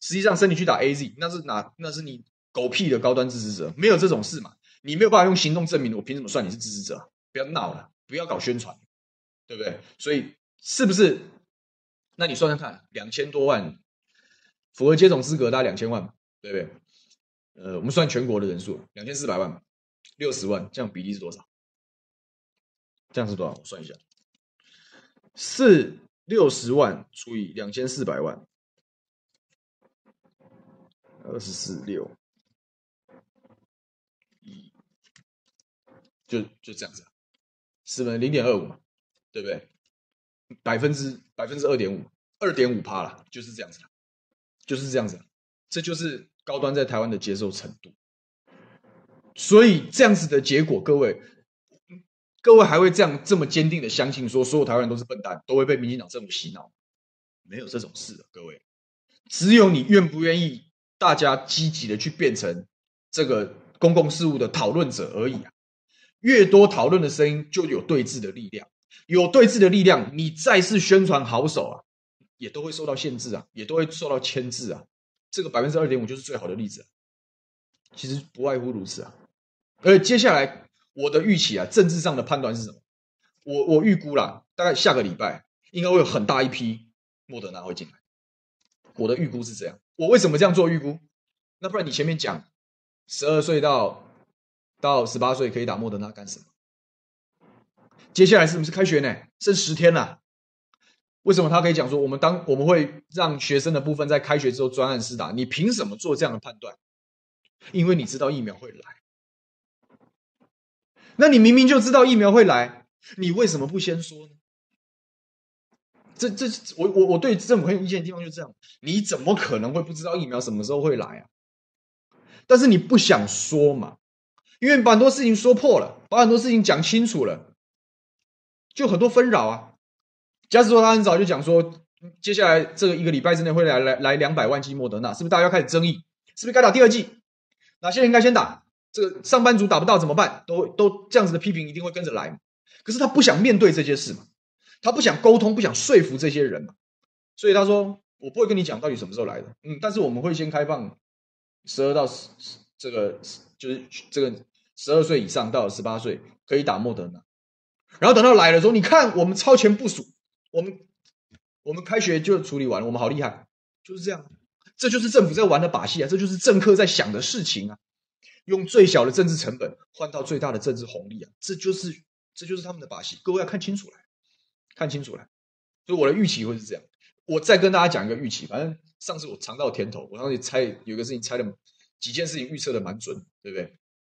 实际上身体去打 A Z， 那是哪那是你狗屁的高端支持者，没有这种事嘛？你没有办法用行动证明，我凭什么算你是支持者？不要闹了，不要搞宣传，对不对？所以是不是？那你算算看，两千多万符合接种资格，大概两千万嘛，对不对？呃，我们算全国的人数，两千四百万嘛，六十万，这样比例是多少？这样是多少？我算一下，是六十万除以两千四百万，二十四六一，就就这样子、啊，四分零点二五嘛，对不对？百分之百分之二点五，二点五趴啦，就是这样子啦，就是这样子啦，这就是高端在台湾的接受程度。所以这样子的结果，各位，各位还会这样这么坚定的相信说，所有台湾人都是笨蛋，都会被民进党政府洗脑？没有这种事的，各位，只有你愿不愿意，大家积极的去变成这个公共事务的讨论者而已啊。越多讨论的声音，就有对峙的力量。有对峙的力量，你再是宣传好手啊，也都会受到限制啊，也都会受到牵制啊。这个百分之二点五就是最好的例子啊。其实不外乎如此啊。而接下来我的预期啊，政治上的判断是什么？我我预估啦，大概下个礼拜应该会有很大一批莫德纳会进来。我的预估是这样。我为什么这样做预估？那不然你前面讲十二岁到到十八岁可以打莫德纳干什么？接下来是不是开学呢？剩十天了。为什么他可以讲说我们当我们会让学生的部分在开学之后专案施打？你凭什么做这样的判断？因为你知道疫苗会来。那你明明就知道疫苗会来，你为什么不先说呢？这这我我我对政府很有意见的地方就是这样，你怎么可能会不知道疫苗什么时候会来啊？但是你不想说嘛，因为把很多事情说破了，把很多事情讲清楚了，就很多纷扰啊。假使说他很早就讲说，接下来这个一个礼拜之内会来来来两百万剂莫德纳，是不是大家要开始争议？是不是该打第二剂？哪些人应该先打？这个上班族打不到怎么办？都都这样子的批评一定会跟着来嘛。可是他不想面对这些事嘛，他不想沟通，不想说服这些人嘛，所以他说我不会跟你讲到底什么时候来的，嗯，但是我们会先开放十二到这个就是这个十二岁以上到十八岁可以打莫德纳，然后等到来了之后，你看我们超前部署，我们我们开学就处理完了，我们好厉害，就是这样，这就是政府在玩的把戏啊，这就是政客在想的事情啊。用最小的政治成本换到最大的政治红利啊，这就是这就是他们的把戏。各位要看清楚来，看清楚来。所以我的预期会是这样。我再跟大家讲一个预期，反正上次我尝到甜头，我上次猜有一个事情猜的几件事情预测的蛮准，对不对？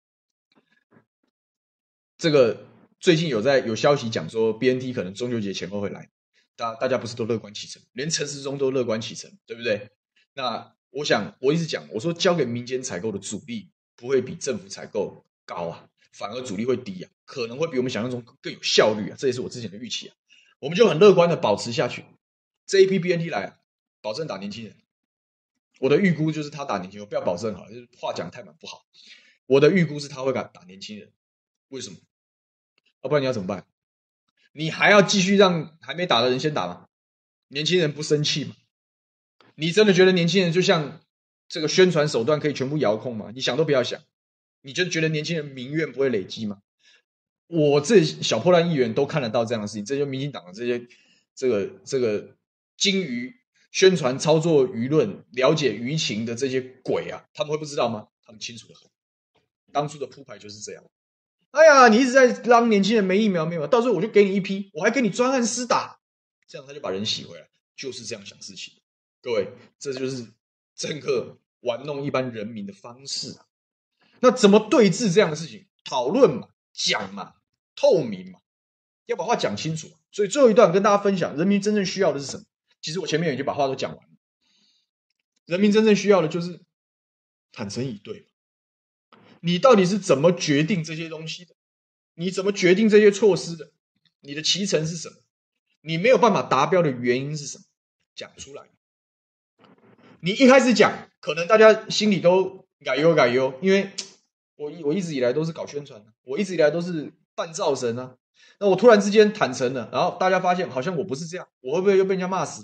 这个最近有在有消息讲说 B N T 可能中秋节前后会来，大大家不是都乐观其成，连陈时中都乐观其成，对不对？那我想我一直讲，我说交给民间采购的阻力不会比政府采购高啊，反而阻力会低啊，可能会比我们想象中更有效率啊，这也是我之前的预期啊。我们就很乐观的保持下去，这一批 B N T 来，保证打年轻人。我的预估就是他打年轻人，不要保证好了，就是话讲太满不好。我的预估是他会打打年轻人，为什么？要、啊、不然你要怎么办？你还要继续让还没打的人先打吗？年轻人不生气吗？你真的觉得年轻人就像这个宣传手段可以全部遥控吗？你想都不要想，你就觉得年轻人民怨不会累积吗？我这小破烂议员都看得到这样的事情，这就民进党的这些这个这个精于宣传操作舆论、了解舆情的这些鬼啊，他们会不知道吗？他们清楚的很。当初的铺排就是这样。哎呀，你一直在让年轻人没疫苗没有，到时候我就给你一批，我还给你专案施打，这样他就把人洗回来，就是这样想事情。各位，这就是政客玩弄一般人民的方式啊。那怎么对峙这样的事情？讨论嘛，讲嘛，透明嘛，要把话讲清楚。所以最后一段跟大家分享，人民真正需要的是什么？其实我前面已经把话都讲完了。人民真正需要的就是坦诚以对。你到底是怎么决定这些东西的？你怎么决定这些措施的？你的期程是什么？你没有办法达标的原因是什么？讲出来。你一开始讲，可能大家心里都改忧改忧，因为我我一直以来都是搞宣传的，我一直以来都是扮造神啊。那我突然之间坦诚了，然后大家发现好像我不是这样，我会不会又被人家骂死呢？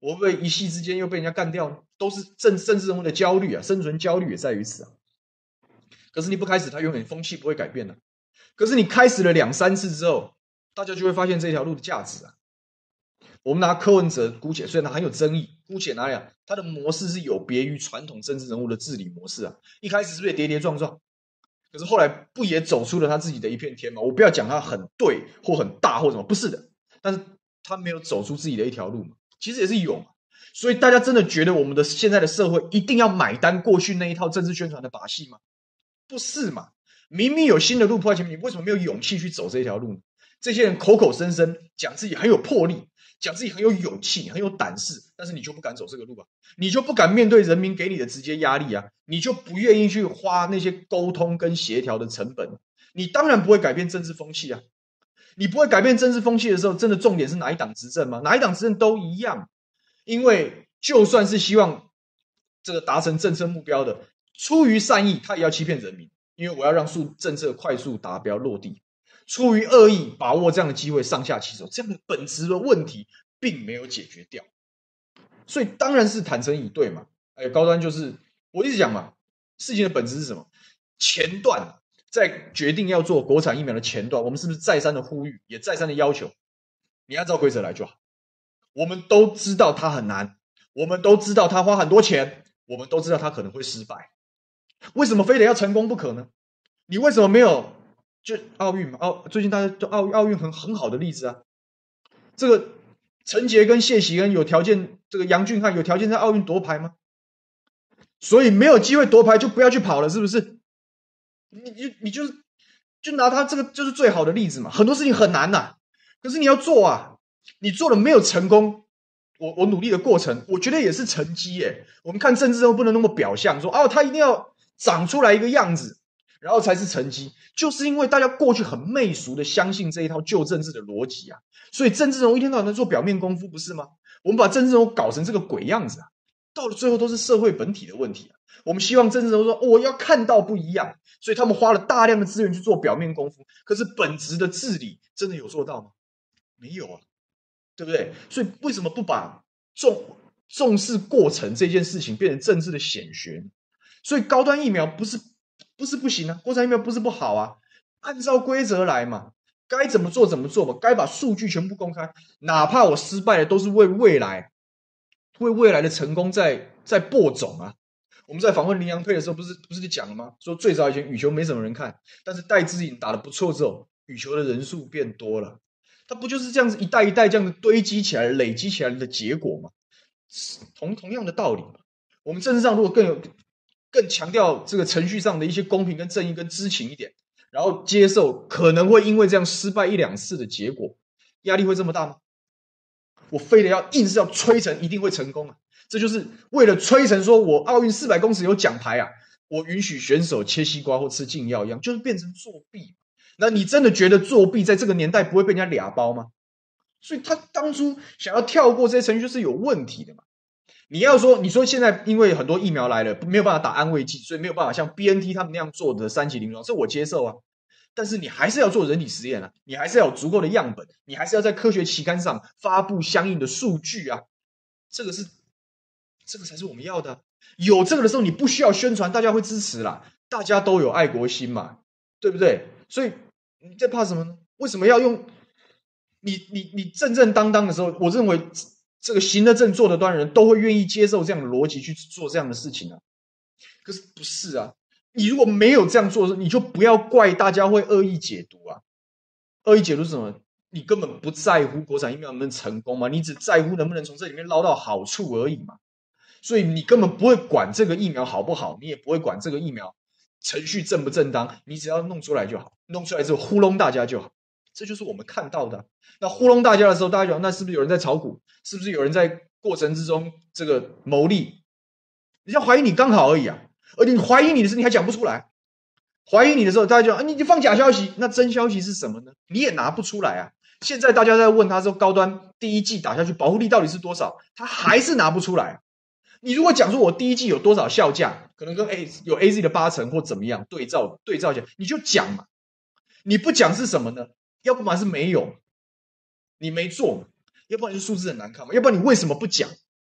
我会不会一夕之间又被人家干掉呢？都是政政治人物的焦虑啊，生存焦虑也在于此啊。可是你不开始，它永远风气不会改变的、啊。可是你开始了两三次之后，大家就会发现这条路的价值啊。我们拿柯文哲姑且，虽然他很有争议，姑且拿来，他的模式是有别于传统政治人物的治理模式啊。一开始是不是也跌跌撞撞？可是后来不也走出了他自己的一片天吗？我不要讲他很对或很大或什么，不是的，但是他没有走出自己的一条路嘛，其实也是有嘛。所以大家真的觉得我们的现在的社会一定要买单过去那一套政治宣传的把戏吗？不是嘛？明明有新的路铺在前面，你为什么没有勇气去走这一条路呢？这些人口口声声讲自己很有魄力，讲自己很有勇气，很有胆识，但是你就不敢走这个路啊，你就不敢面对人民给你的直接压力啊，你就不愿意去花那些沟通跟协调的成本，你当然不会改变政治风气啊。你不会改变政治风气的时候，真的重点是哪一党执政吗？哪一党执政都一样，因为就算是希望这个达成政策目标的，出于善意，他也要欺骗人民，因为我要让政策快速达标落地。出于恶意，把握这样的机会上下其手，这样的本质的问题并没有解决掉，所以当然是坦诚以对嘛。哎，高端就是我一直讲嘛，事情的本质是什么？前段在决定要做国产疫苗的前段，我们是不是再三的呼吁，也再三的要求，你按照规则来就好。我们都知道它很难，我们都知道它花很多钱，我们都知道它可能会失败，为什么非得要成功不可呢？你为什么没有？就奥运嘛，奥最近大家都奥奥运很很好的例子啊。这个陈杰跟谢喜恩有条件，这个杨俊翰有条件在奥运夺牌吗？所以没有机会夺牌就不要去跑了，是不是？你就你就是就拿他这个就是最好的例子嘛。很多事情很难呐、啊，可是你要做啊，你做了没有成功，我我努力的过程，我觉得也是成绩耶。我们看政治人物不能那么表象，说哦他一定要长出来一个样子。然后才是成绩，就是因为大家过去很媚俗的相信这一套旧政治的逻辑啊，所以政治人物一天到晚在做表面功夫，不是吗？我们把政治人物搞成这个鬼样子啊，到了最后都是社会本体的问题啊。我们希望政治人物说，我、哦、要看到不一样，所以他们花了大量的资源去做表面功夫，可是本质的治理真的有做到吗？没有啊，对不对？所以为什么不把重重视过程这件事情变成政治的显学？所以高端疫苗不是。不是不行啊，国产疫苗不是不好啊，按照规则来嘛，该怎么做怎么做嘛，该把数据全部公开，哪怕我失败了，都是为未来，为未来的成功在在播种啊。我们在访问林洋配的时候，不是不是就讲了吗？说最早以前羽球没什么人看，但是戴资颖打得不错之后，羽球的人数变多了，它不就是这样子一代一代这样子堆积起来、累积起来的结果吗？同同样的道理嘛，我们政治上如果更有。更强调这个程序上的一些公平跟正义跟知情一点，然后接受可能会因为这样失败一两次的结果，压力会这么大吗？我非得要硬是要吹成一定会成功啊！这就是为了吹成说我奥运四百公尺有奖牌啊，我允许选手切西瓜或吃禁药一样，就是变成作弊。那你真的觉得作弊在这个年代不会被人家俩包吗？所以他当初想要跳过这些程序就是有问题的嘛。你要说，你说现在因为很多疫苗来了，没有办法打安慰剂，所以没有办法像 B N T 他们那样做的三期临床，这我接受啊。但是你还是要做人体实验啊，你还是要有足够的样本，你还是要在科学期刊上发布相应的数据啊。这个是，这个才是我们要的、啊。有这个的时候，你不需要宣传，大家会支持啦。大家都有爱国心嘛，对不对？所以你在怕什么呢？为什么要用你你你正正当当的时候？我认为。这个行得正坐得端的人都会愿意接受这样的逻辑去做这样的事情啊，可是不是啊？你如果没有这样做的时候，你就不要怪大家会恶意解读啊。恶意解读是什么？你根本不在乎国产疫苗能不能成功嘛，你只在乎能不能从这里面捞到好处而已嘛。所以你根本不会管这个疫苗好不好，你也不会管这个疫苗程序正不正当，你只要弄出来就好，弄出来之后糊弄大家就好。这就是我们看到的、啊。那糊弄大家的时候，大家讲，那是不是有人在炒股？是不是有人在过程之中这个牟利？人家怀疑你刚好而已啊，而且你怀疑你的事你还讲不出来。怀疑你的时候，大家就啊，你放假消息，那真消息是什么呢？你也拿不出来啊。现在大家在问他说，高端第一剂打下去保护力到底是多少？他还是拿不出来、啊。你如果讲说我第一剂有多少效价，可能跟 A 有 A Z 的八成或怎么样对照对照一下，你就讲嘛。你不讲是什么呢？要不然是没有，你没做嘛，要不然就是数字很难看嘛，要不然你为什么不讲？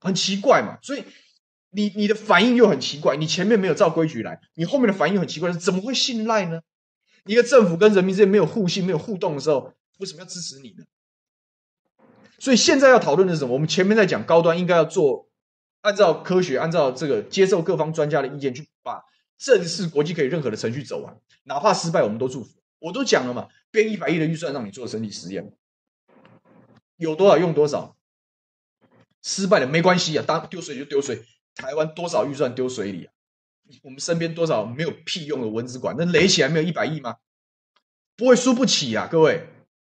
很奇怪嘛。所以你你的反应又很奇怪，你前面没有照规矩来，你后面的反应又很奇怪，怎么会信赖呢？一个政府跟人民之间没有互信、没有互动的时候，为什么要支持你呢？所以现在要讨论的是什么？我们前面在讲高端应该要做，按照科学，按照这个接受各方专家的意见，去把正式国际可以认可的程序走完，哪怕失败，我们都祝福。我都讲了嘛，编一百亿的预算让你做身体实验，有多少用多少，失败了没关系啊，当丢水就丢水。台湾多少预算丢水里啊？我们身边多少没有屁用的蚊子馆，那垒起来没有一百亿吗？不会输不起啊，各位。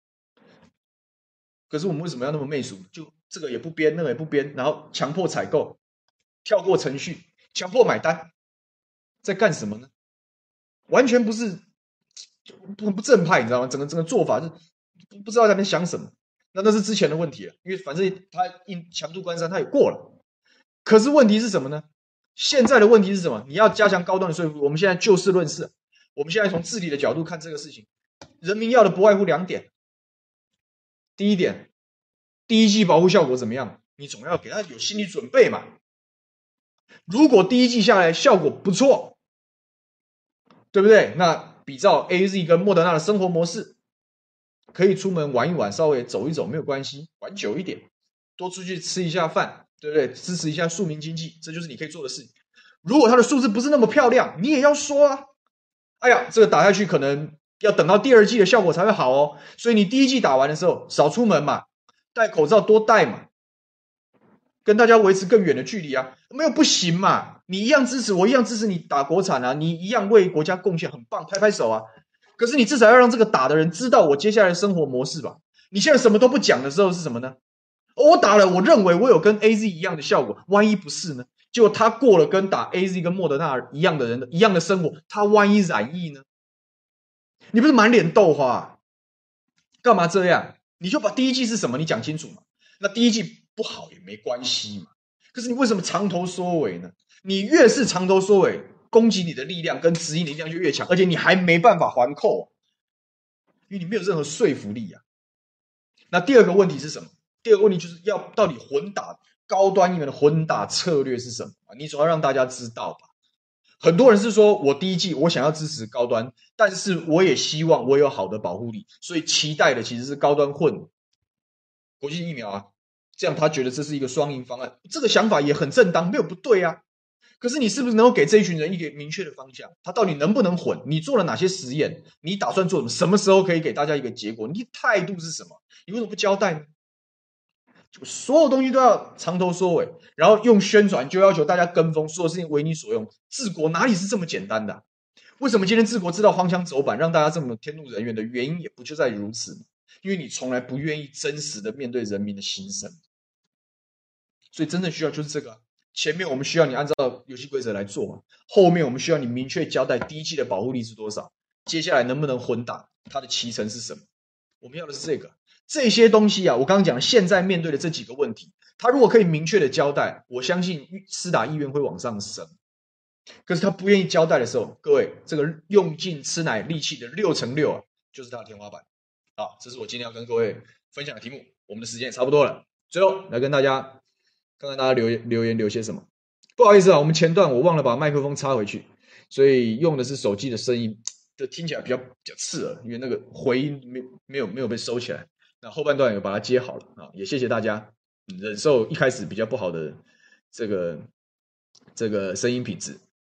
可是我们为什么要那么媚俗？就这个也不编，那个也不编，然后强迫采购，跳过程序，强迫买单，在干什么呢？完全不是，很不正派，你知道吗？整个整个做法是不知道在那边想什么。那那是之前的问题了，因为反正他印强度关山，他也过了。可是问题是什么呢？现在的问题是什么？你要加强高端的说服。我们现在就事论事，我们现在从治理的角度看这个事情，人民要的不外乎两点。第一点，第一剂保护效果怎么样？你总要给他有心理准备嘛。如果第一剂下来效果不错，对不对？那比照 A Z 跟莫德纳的生活模式，可以出门玩一玩，稍微走一走没有关系，玩久一点，多出去吃一下饭，对不对？支持一下庶民经济，这就是你可以做的事情。如果它的数字不是那么漂亮，你也要说啊。哎呀，这个打下去可能要等到第二季的效果才会好哦。所以你第一季打完的时候少出门嘛，戴口罩多戴嘛，跟大家维持更远的距离啊。没有不行嘛，你一样支持我，一样支持你打国产啊，你一样为国家贡献，很棒，拍拍手啊。可是你至少要让这个打的人知道我接下来的生活模式吧。你现在什么都不讲的时候是什么呢？我打了，我认为我有跟 A Z 一样的效果，万一不是呢？结果他过了跟打 A Z 跟莫德纳一样的人的一样的生活，他万一染疫呢？你不是满脸豆花啊？干嘛这样？你就把第一季是什么你讲清楚嘛。那第一季不好也没关系嘛。可是你为什么长头缩尾呢？你越是长头缩尾，攻击你的力量跟指引的力量就越强，而且你还没办法还扣，因为你没有任何说服力啊。那第二个问题是什么？第二个问题就是要到底混打高端疫苗的混打策略是什么？你总要让大家知道吧。很多人是说我第一季我想要支持高端，但是我也希望我有好的保护力，所以期待的其实是高端混国际疫苗啊，这样他觉得这是一个双赢方案，这个想法也很正当，没有不对啊。可是你是不是能够给这一群人一个明确的方向？他到底能不能混？你做了哪些实验？你打算做什么？什么时候可以给大家一个结果？你态度是什么？你为什么不交代呢？所有东西都要长头缩尾，然后用宣传就要求大家跟风，所有事情为你所用。治国哪里是这么简单的啊？为什么今天治国治到荒腔走板，让大家这么天怒人怨的原因，也不就在于如此吗？因为你从来不愿意真实的面对人民的心声，所以真正需要就是这个啊。前面我们需要你按照游戏规则来做嘛，后面我们需要你明确交代第一季的保护力是多少，接下来能不能混打，它的期程是什么？我们要的是这个。这些东西啊，我刚刚讲现在面对的这几个问题，他如果可以明确的交代，我相信施打意愿会往上升。可是他不愿意交代的时候，各位，这个用尽吃奶力气的六乘六啊，就是他的天花板。好，这是我今天要跟各位分享的题目。我们的时间也差不多了，最后来跟大家看看大家留言留言留些什么。不好意思啊，我们前段我忘了把麦克风插回去，所以用的是手机的声音，这听起来比较比较刺耳，因为那个回音没没有没有被收起来。那后半段有把它接好了啊，也谢谢大家忍受一开始比较不好的这个这个声音品质。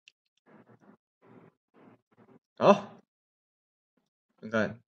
好，看看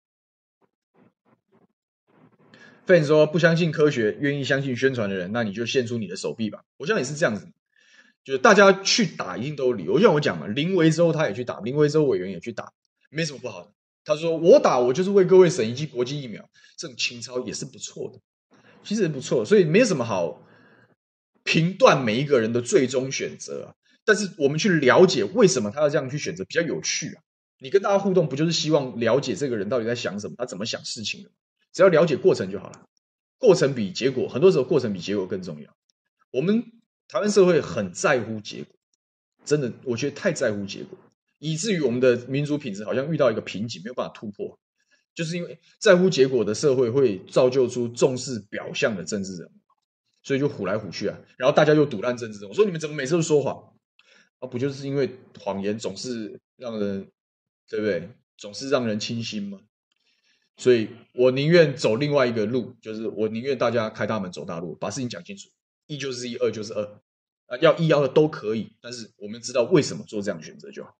Fan 说不相信科学，愿意相信宣传的人，那你就献出你的手臂吧。我想也是这样子，就是大家去打一定都有理由。像我讲嘛，林维洲他也去打，林维洲委员也去打，没什么不好的。他说我打我就是为各位省一剂国际疫苗，这种情操也是不错的，其实不错，所以没什么好评断每一个人的最终选择啊。但是我们去了解为什么他要这样去选择比较有趣啊。你跟大家互动不就是希望了解这个人到底在想什么，他怎么想事情的吗？只要了解过程就好了，过程比结果，很多时候过程比结果更重要。我们台湾社会很在乎结果，真的我觉得太在乎结果，以至于我们的民主品质好像遇到一个瓶颈，没有办法突破。就是因为在乎结果的社会会造就出重视表象的政治人物。 所以就唬来唬去啊，然后大家又赌烂政治人物，我说你们怎么每次都说谎？啊，不就是因为谎言总是让人，对不对？总是让人清心吗？所以我宁愿走另外一个路，就是我宁愿大家开大门走大路，把事情讲清楚，一就是一，二就是二，啊，要一要二都可以，但是我们知道为什么做这样的选择就好。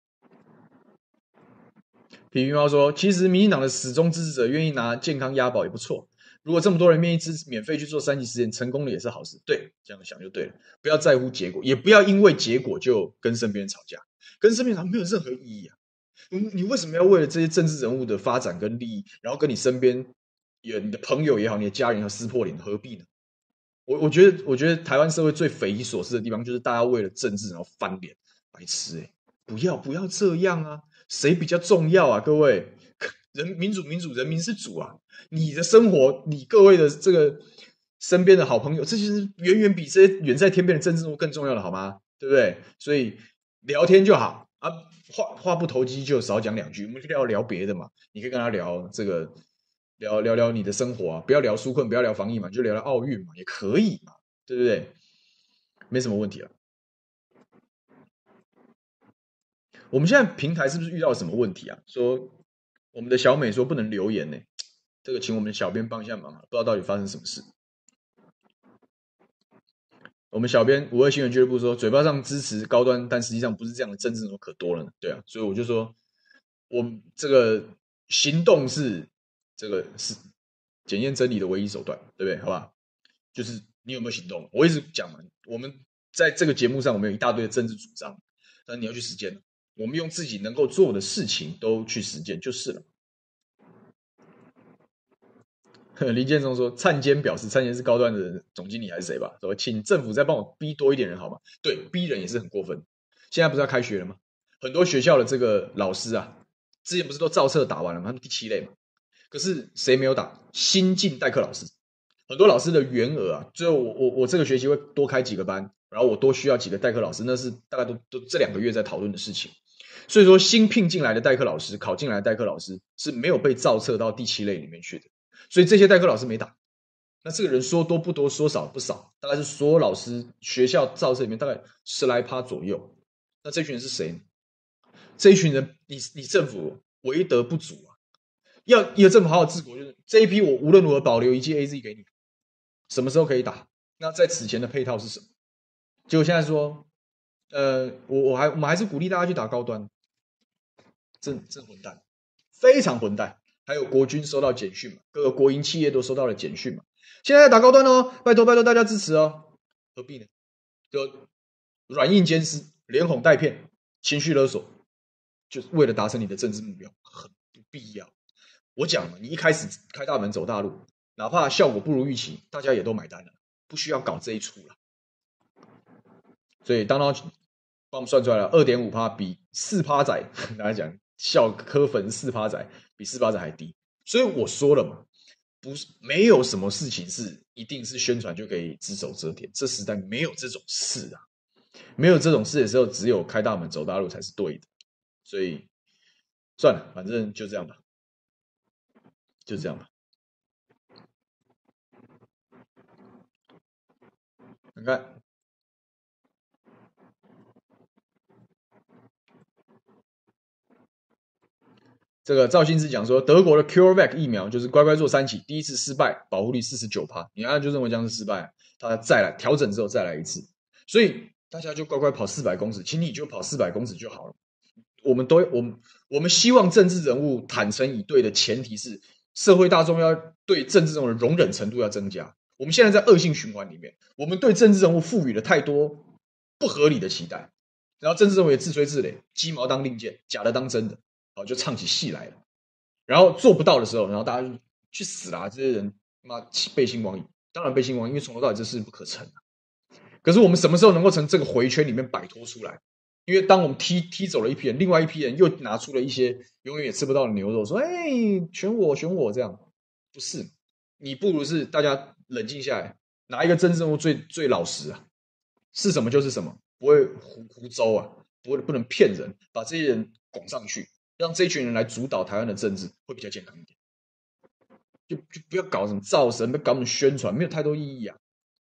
皮皮猫说：“其实民进党的死忠支持者愿意拿健康押宝也不错。如果这么多人愿意支持免费去做三级实验，成功了也是好事。对，这样想就对了。不要在乎结果，也不要因为结果就跟身边人吵架，跟身边人吵没有任何意义啊！你你为什么要为了这些政治人物的发展跟利益，然后跟你身边有你的朋友也好，你的家人也好撕破脸？何必呢？我我觉得，我觉得台湾社会最匪夷所思的地方，就是大家为了政治然后翻脸，白痴哎、欸！不要不要这样啊！谁比较重要啊？各位，人民主民主，人民是主啊！你的生活，你各位的这个身边的好朋友，这就是远远比这些远在天边的政治人物更重要的，好吗？对不对？所以聊天就好啊，话话不投机就少讲两句，我们就聊聊别的嘛。你可以跟他聊这个。聊聊聊你的生活啊，不要聊纾困，不要聊防疫嘛，就聊聊奥运嘛，也可以嘛，对不对？没什么问题了。我们现在平台是不是遇到什么问题啊？说我们的小美说不能留言呢，这个请我们的小编帮一下忙，不知道到底发生什么事。我们小编五二新闻俱乐部说，嘴巴上支持高端，但实际上不是这样的政治人物可多了呢。对啊，所以我就说，我们这个行动是这个是检验真理的唯一手段，对不对？好不好？就是你有没有行动？我一直讲嘛，我们在这个节目上，我们有一大堆的政治主张，但你要去实践。我们用自己能够做的事情都去实践就是了。林建中说：“灿坚表示，灿坚是高端的总经理还是谁吧？说请政府再帮我逼多一点人好吗？对，逼人也是很过分。现在不是要开学了吗？很多学校的这个老师啊，之前不是都造册打完了吗？他们第七类嘛。可是谁没有打？新进代课老师，很多老师的员额啊，最后我我我这个学期会多开几个班，然后我多需要几个代课老师，那是大概都都这两个月在讨论的事情。所以说，新聘进来的代课老师，考进来的代课老师是没有被造册到第七类里面去的。”所以这些代课老师没打，那这个人说多不多，说少不少，大概是所有老师学校造册里面大概十来趴左右。那这群人是谁呢？这一群人，你你政府为德不足啊！要要政府好好治国，就是这一批我无论如何保留一剂 A Z 给你，什么时候可以打？那在此前的配套是什么？结果现在说，呃，我我还我们还是鼓励大家去打高端，真真混蛋，非常混蛋。还有国军收到简讯嘛，各个国营企业都收到了简讯嘛。现在打高端哦，拜托拜托大家支持哦，何必呢？就软硬兼施，连哄带骗，情绪勒索，就是为了达成你的政治目标，很不必要。我讲嘛，你一开始开大门走大路，哪怕效果不如预期，大家也都买单了，不需要搞这一出了。所以当当帮我们算出来了，二点五趴比四趴仔，大家讲。笑科粉四趴仔比四趴仔还低，所以我说了嘛，不是没有什么事情是一定是宣传就可以只手遮天，这时代没有这种事啊，没有这种事的时候，只有开大门走大路才是对的，所以算了，反正就这样吧，就这样吧。看看。这个赵新之讲说，德国的 CureVac 疫苗就是乖乖做三期，第一次失败，保护率 百分之四十九， 你看就认为这样是失败，他再来调整之后再来一次，所以大家就乖乖跑四百公尺，请你就跑四百公尺就好了。我们都我们我们希望政治人物坦诚以对的前提是，社会大众要对政治人物的容忍程度要增加。我们现在在恶性循环里面，我们对政治人物赋予了太多不合理的期待，然后政治人物也自吹自擂，鸡毛当令箭，假的当真的。好，就唱起戏来了，然后做不到的时候，然后大家就去死啦！这些人妈背信忘义，当然背信忘义，因为从头到尾这事不可成、啊、可是我们什么时候能够从这个回圈里面摆脱出来？因为当我们踢踢走了一批人，另外一批人又拿出了一些永远也吃不到的牛肉，说：“哎，选我，选我！”这样不是，你不如是大家冷静下来，哪一个真正最最老实啊？是什么就是什么，不会胡胡诌啊，不会不能骗人，把这些人拱上去。让这群人来主导台湾的政治会比较健康一点，就就不要搞什么造神，不要搞什么宣传，没有太多意义啊，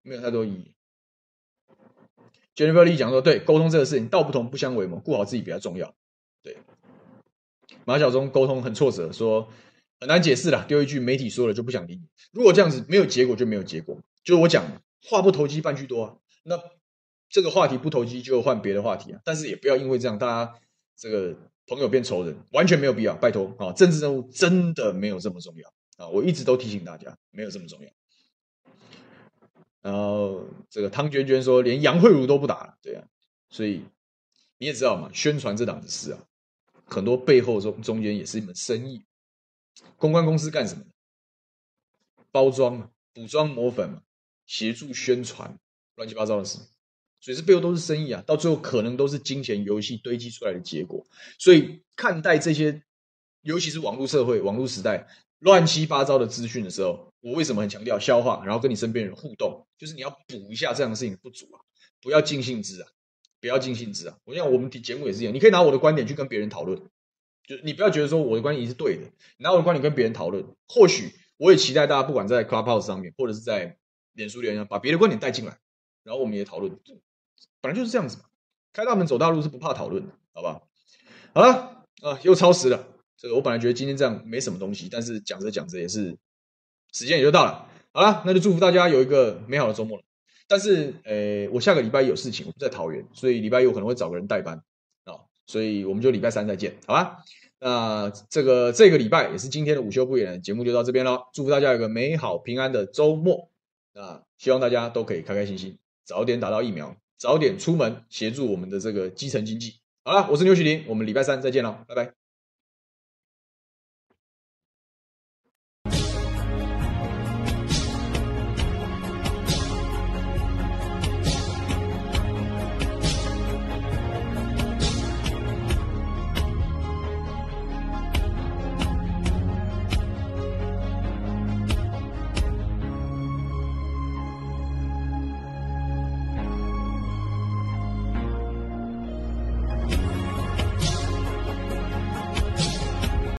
没有太多意义。Jennifer Lee 讲说，对，沟通这个事情道不同不相为谋，顾好自己比较重要。对，马晓忠沟通很挫折，说很难解释啦，丢一句媒体说了就不想理你。如果这样子没有结果就没有结果，就是我讲话不投机半句多啊。那这个话题不投机就换别的话题啊，但是也不要因为这样大家这个朋友变仇人，完全没有必要，拜托啊！政治任务真的没有这么重要啊！我一直都提醒大家，没有这么重要。然后这个汤娟娟说，连杨慧茹都不打了，对啊，所以你也知道嘛，宣传这档子事啊，很多背后中中间也是一门生意。公关公司干什么？包装嘛，补妆抹粉嘛，协助宣传，乱七八糟的事。所以这背后都是生意啊，到最后可能都是金钱游戏堆积出来的结果。所以看待这些，尤其是网络社会、网络时代乱七八糟的资讯的时候，我为什么很强调消化，然后跟你身边人互动，就是你要补一下这样的事情的不足啊，不要尽兴致啊，不要尽兴致啊。我想我们节目也是一样，你可以拿我的观点去跟别人讨论，就你不要觉得说我的观点是对的，你拿我的观点跟别人讨论，或许我也期待大家不管在 Clubhouse 上面，或者是在脸书留言，把别的观点带进来，然后我们也讨论。本来就是这样子嘛，开大门走大路是不怕讨论的，好不好？好了啊，又超时了。这个我本来觉得今天这样没什么东西，但是讲着讲着也是时间也就到了。好了，那就祝福大家有一个美好的周末了。但是呃，我下个礼拜有事情，我不在桃园，所以礼拜一我可能会找个人代班啊，所以我们就礼拜三再见，好吧？那这个这个礼拜也是今天的午休不演的节目就到这边了，祝福大家有个美好平安的周末。那希望大家都可以开开心心，早点打到疫苗。早点出门协助我们的这个基层经济。好了，我是牛许林，我们礼拜三再见了，拜拜。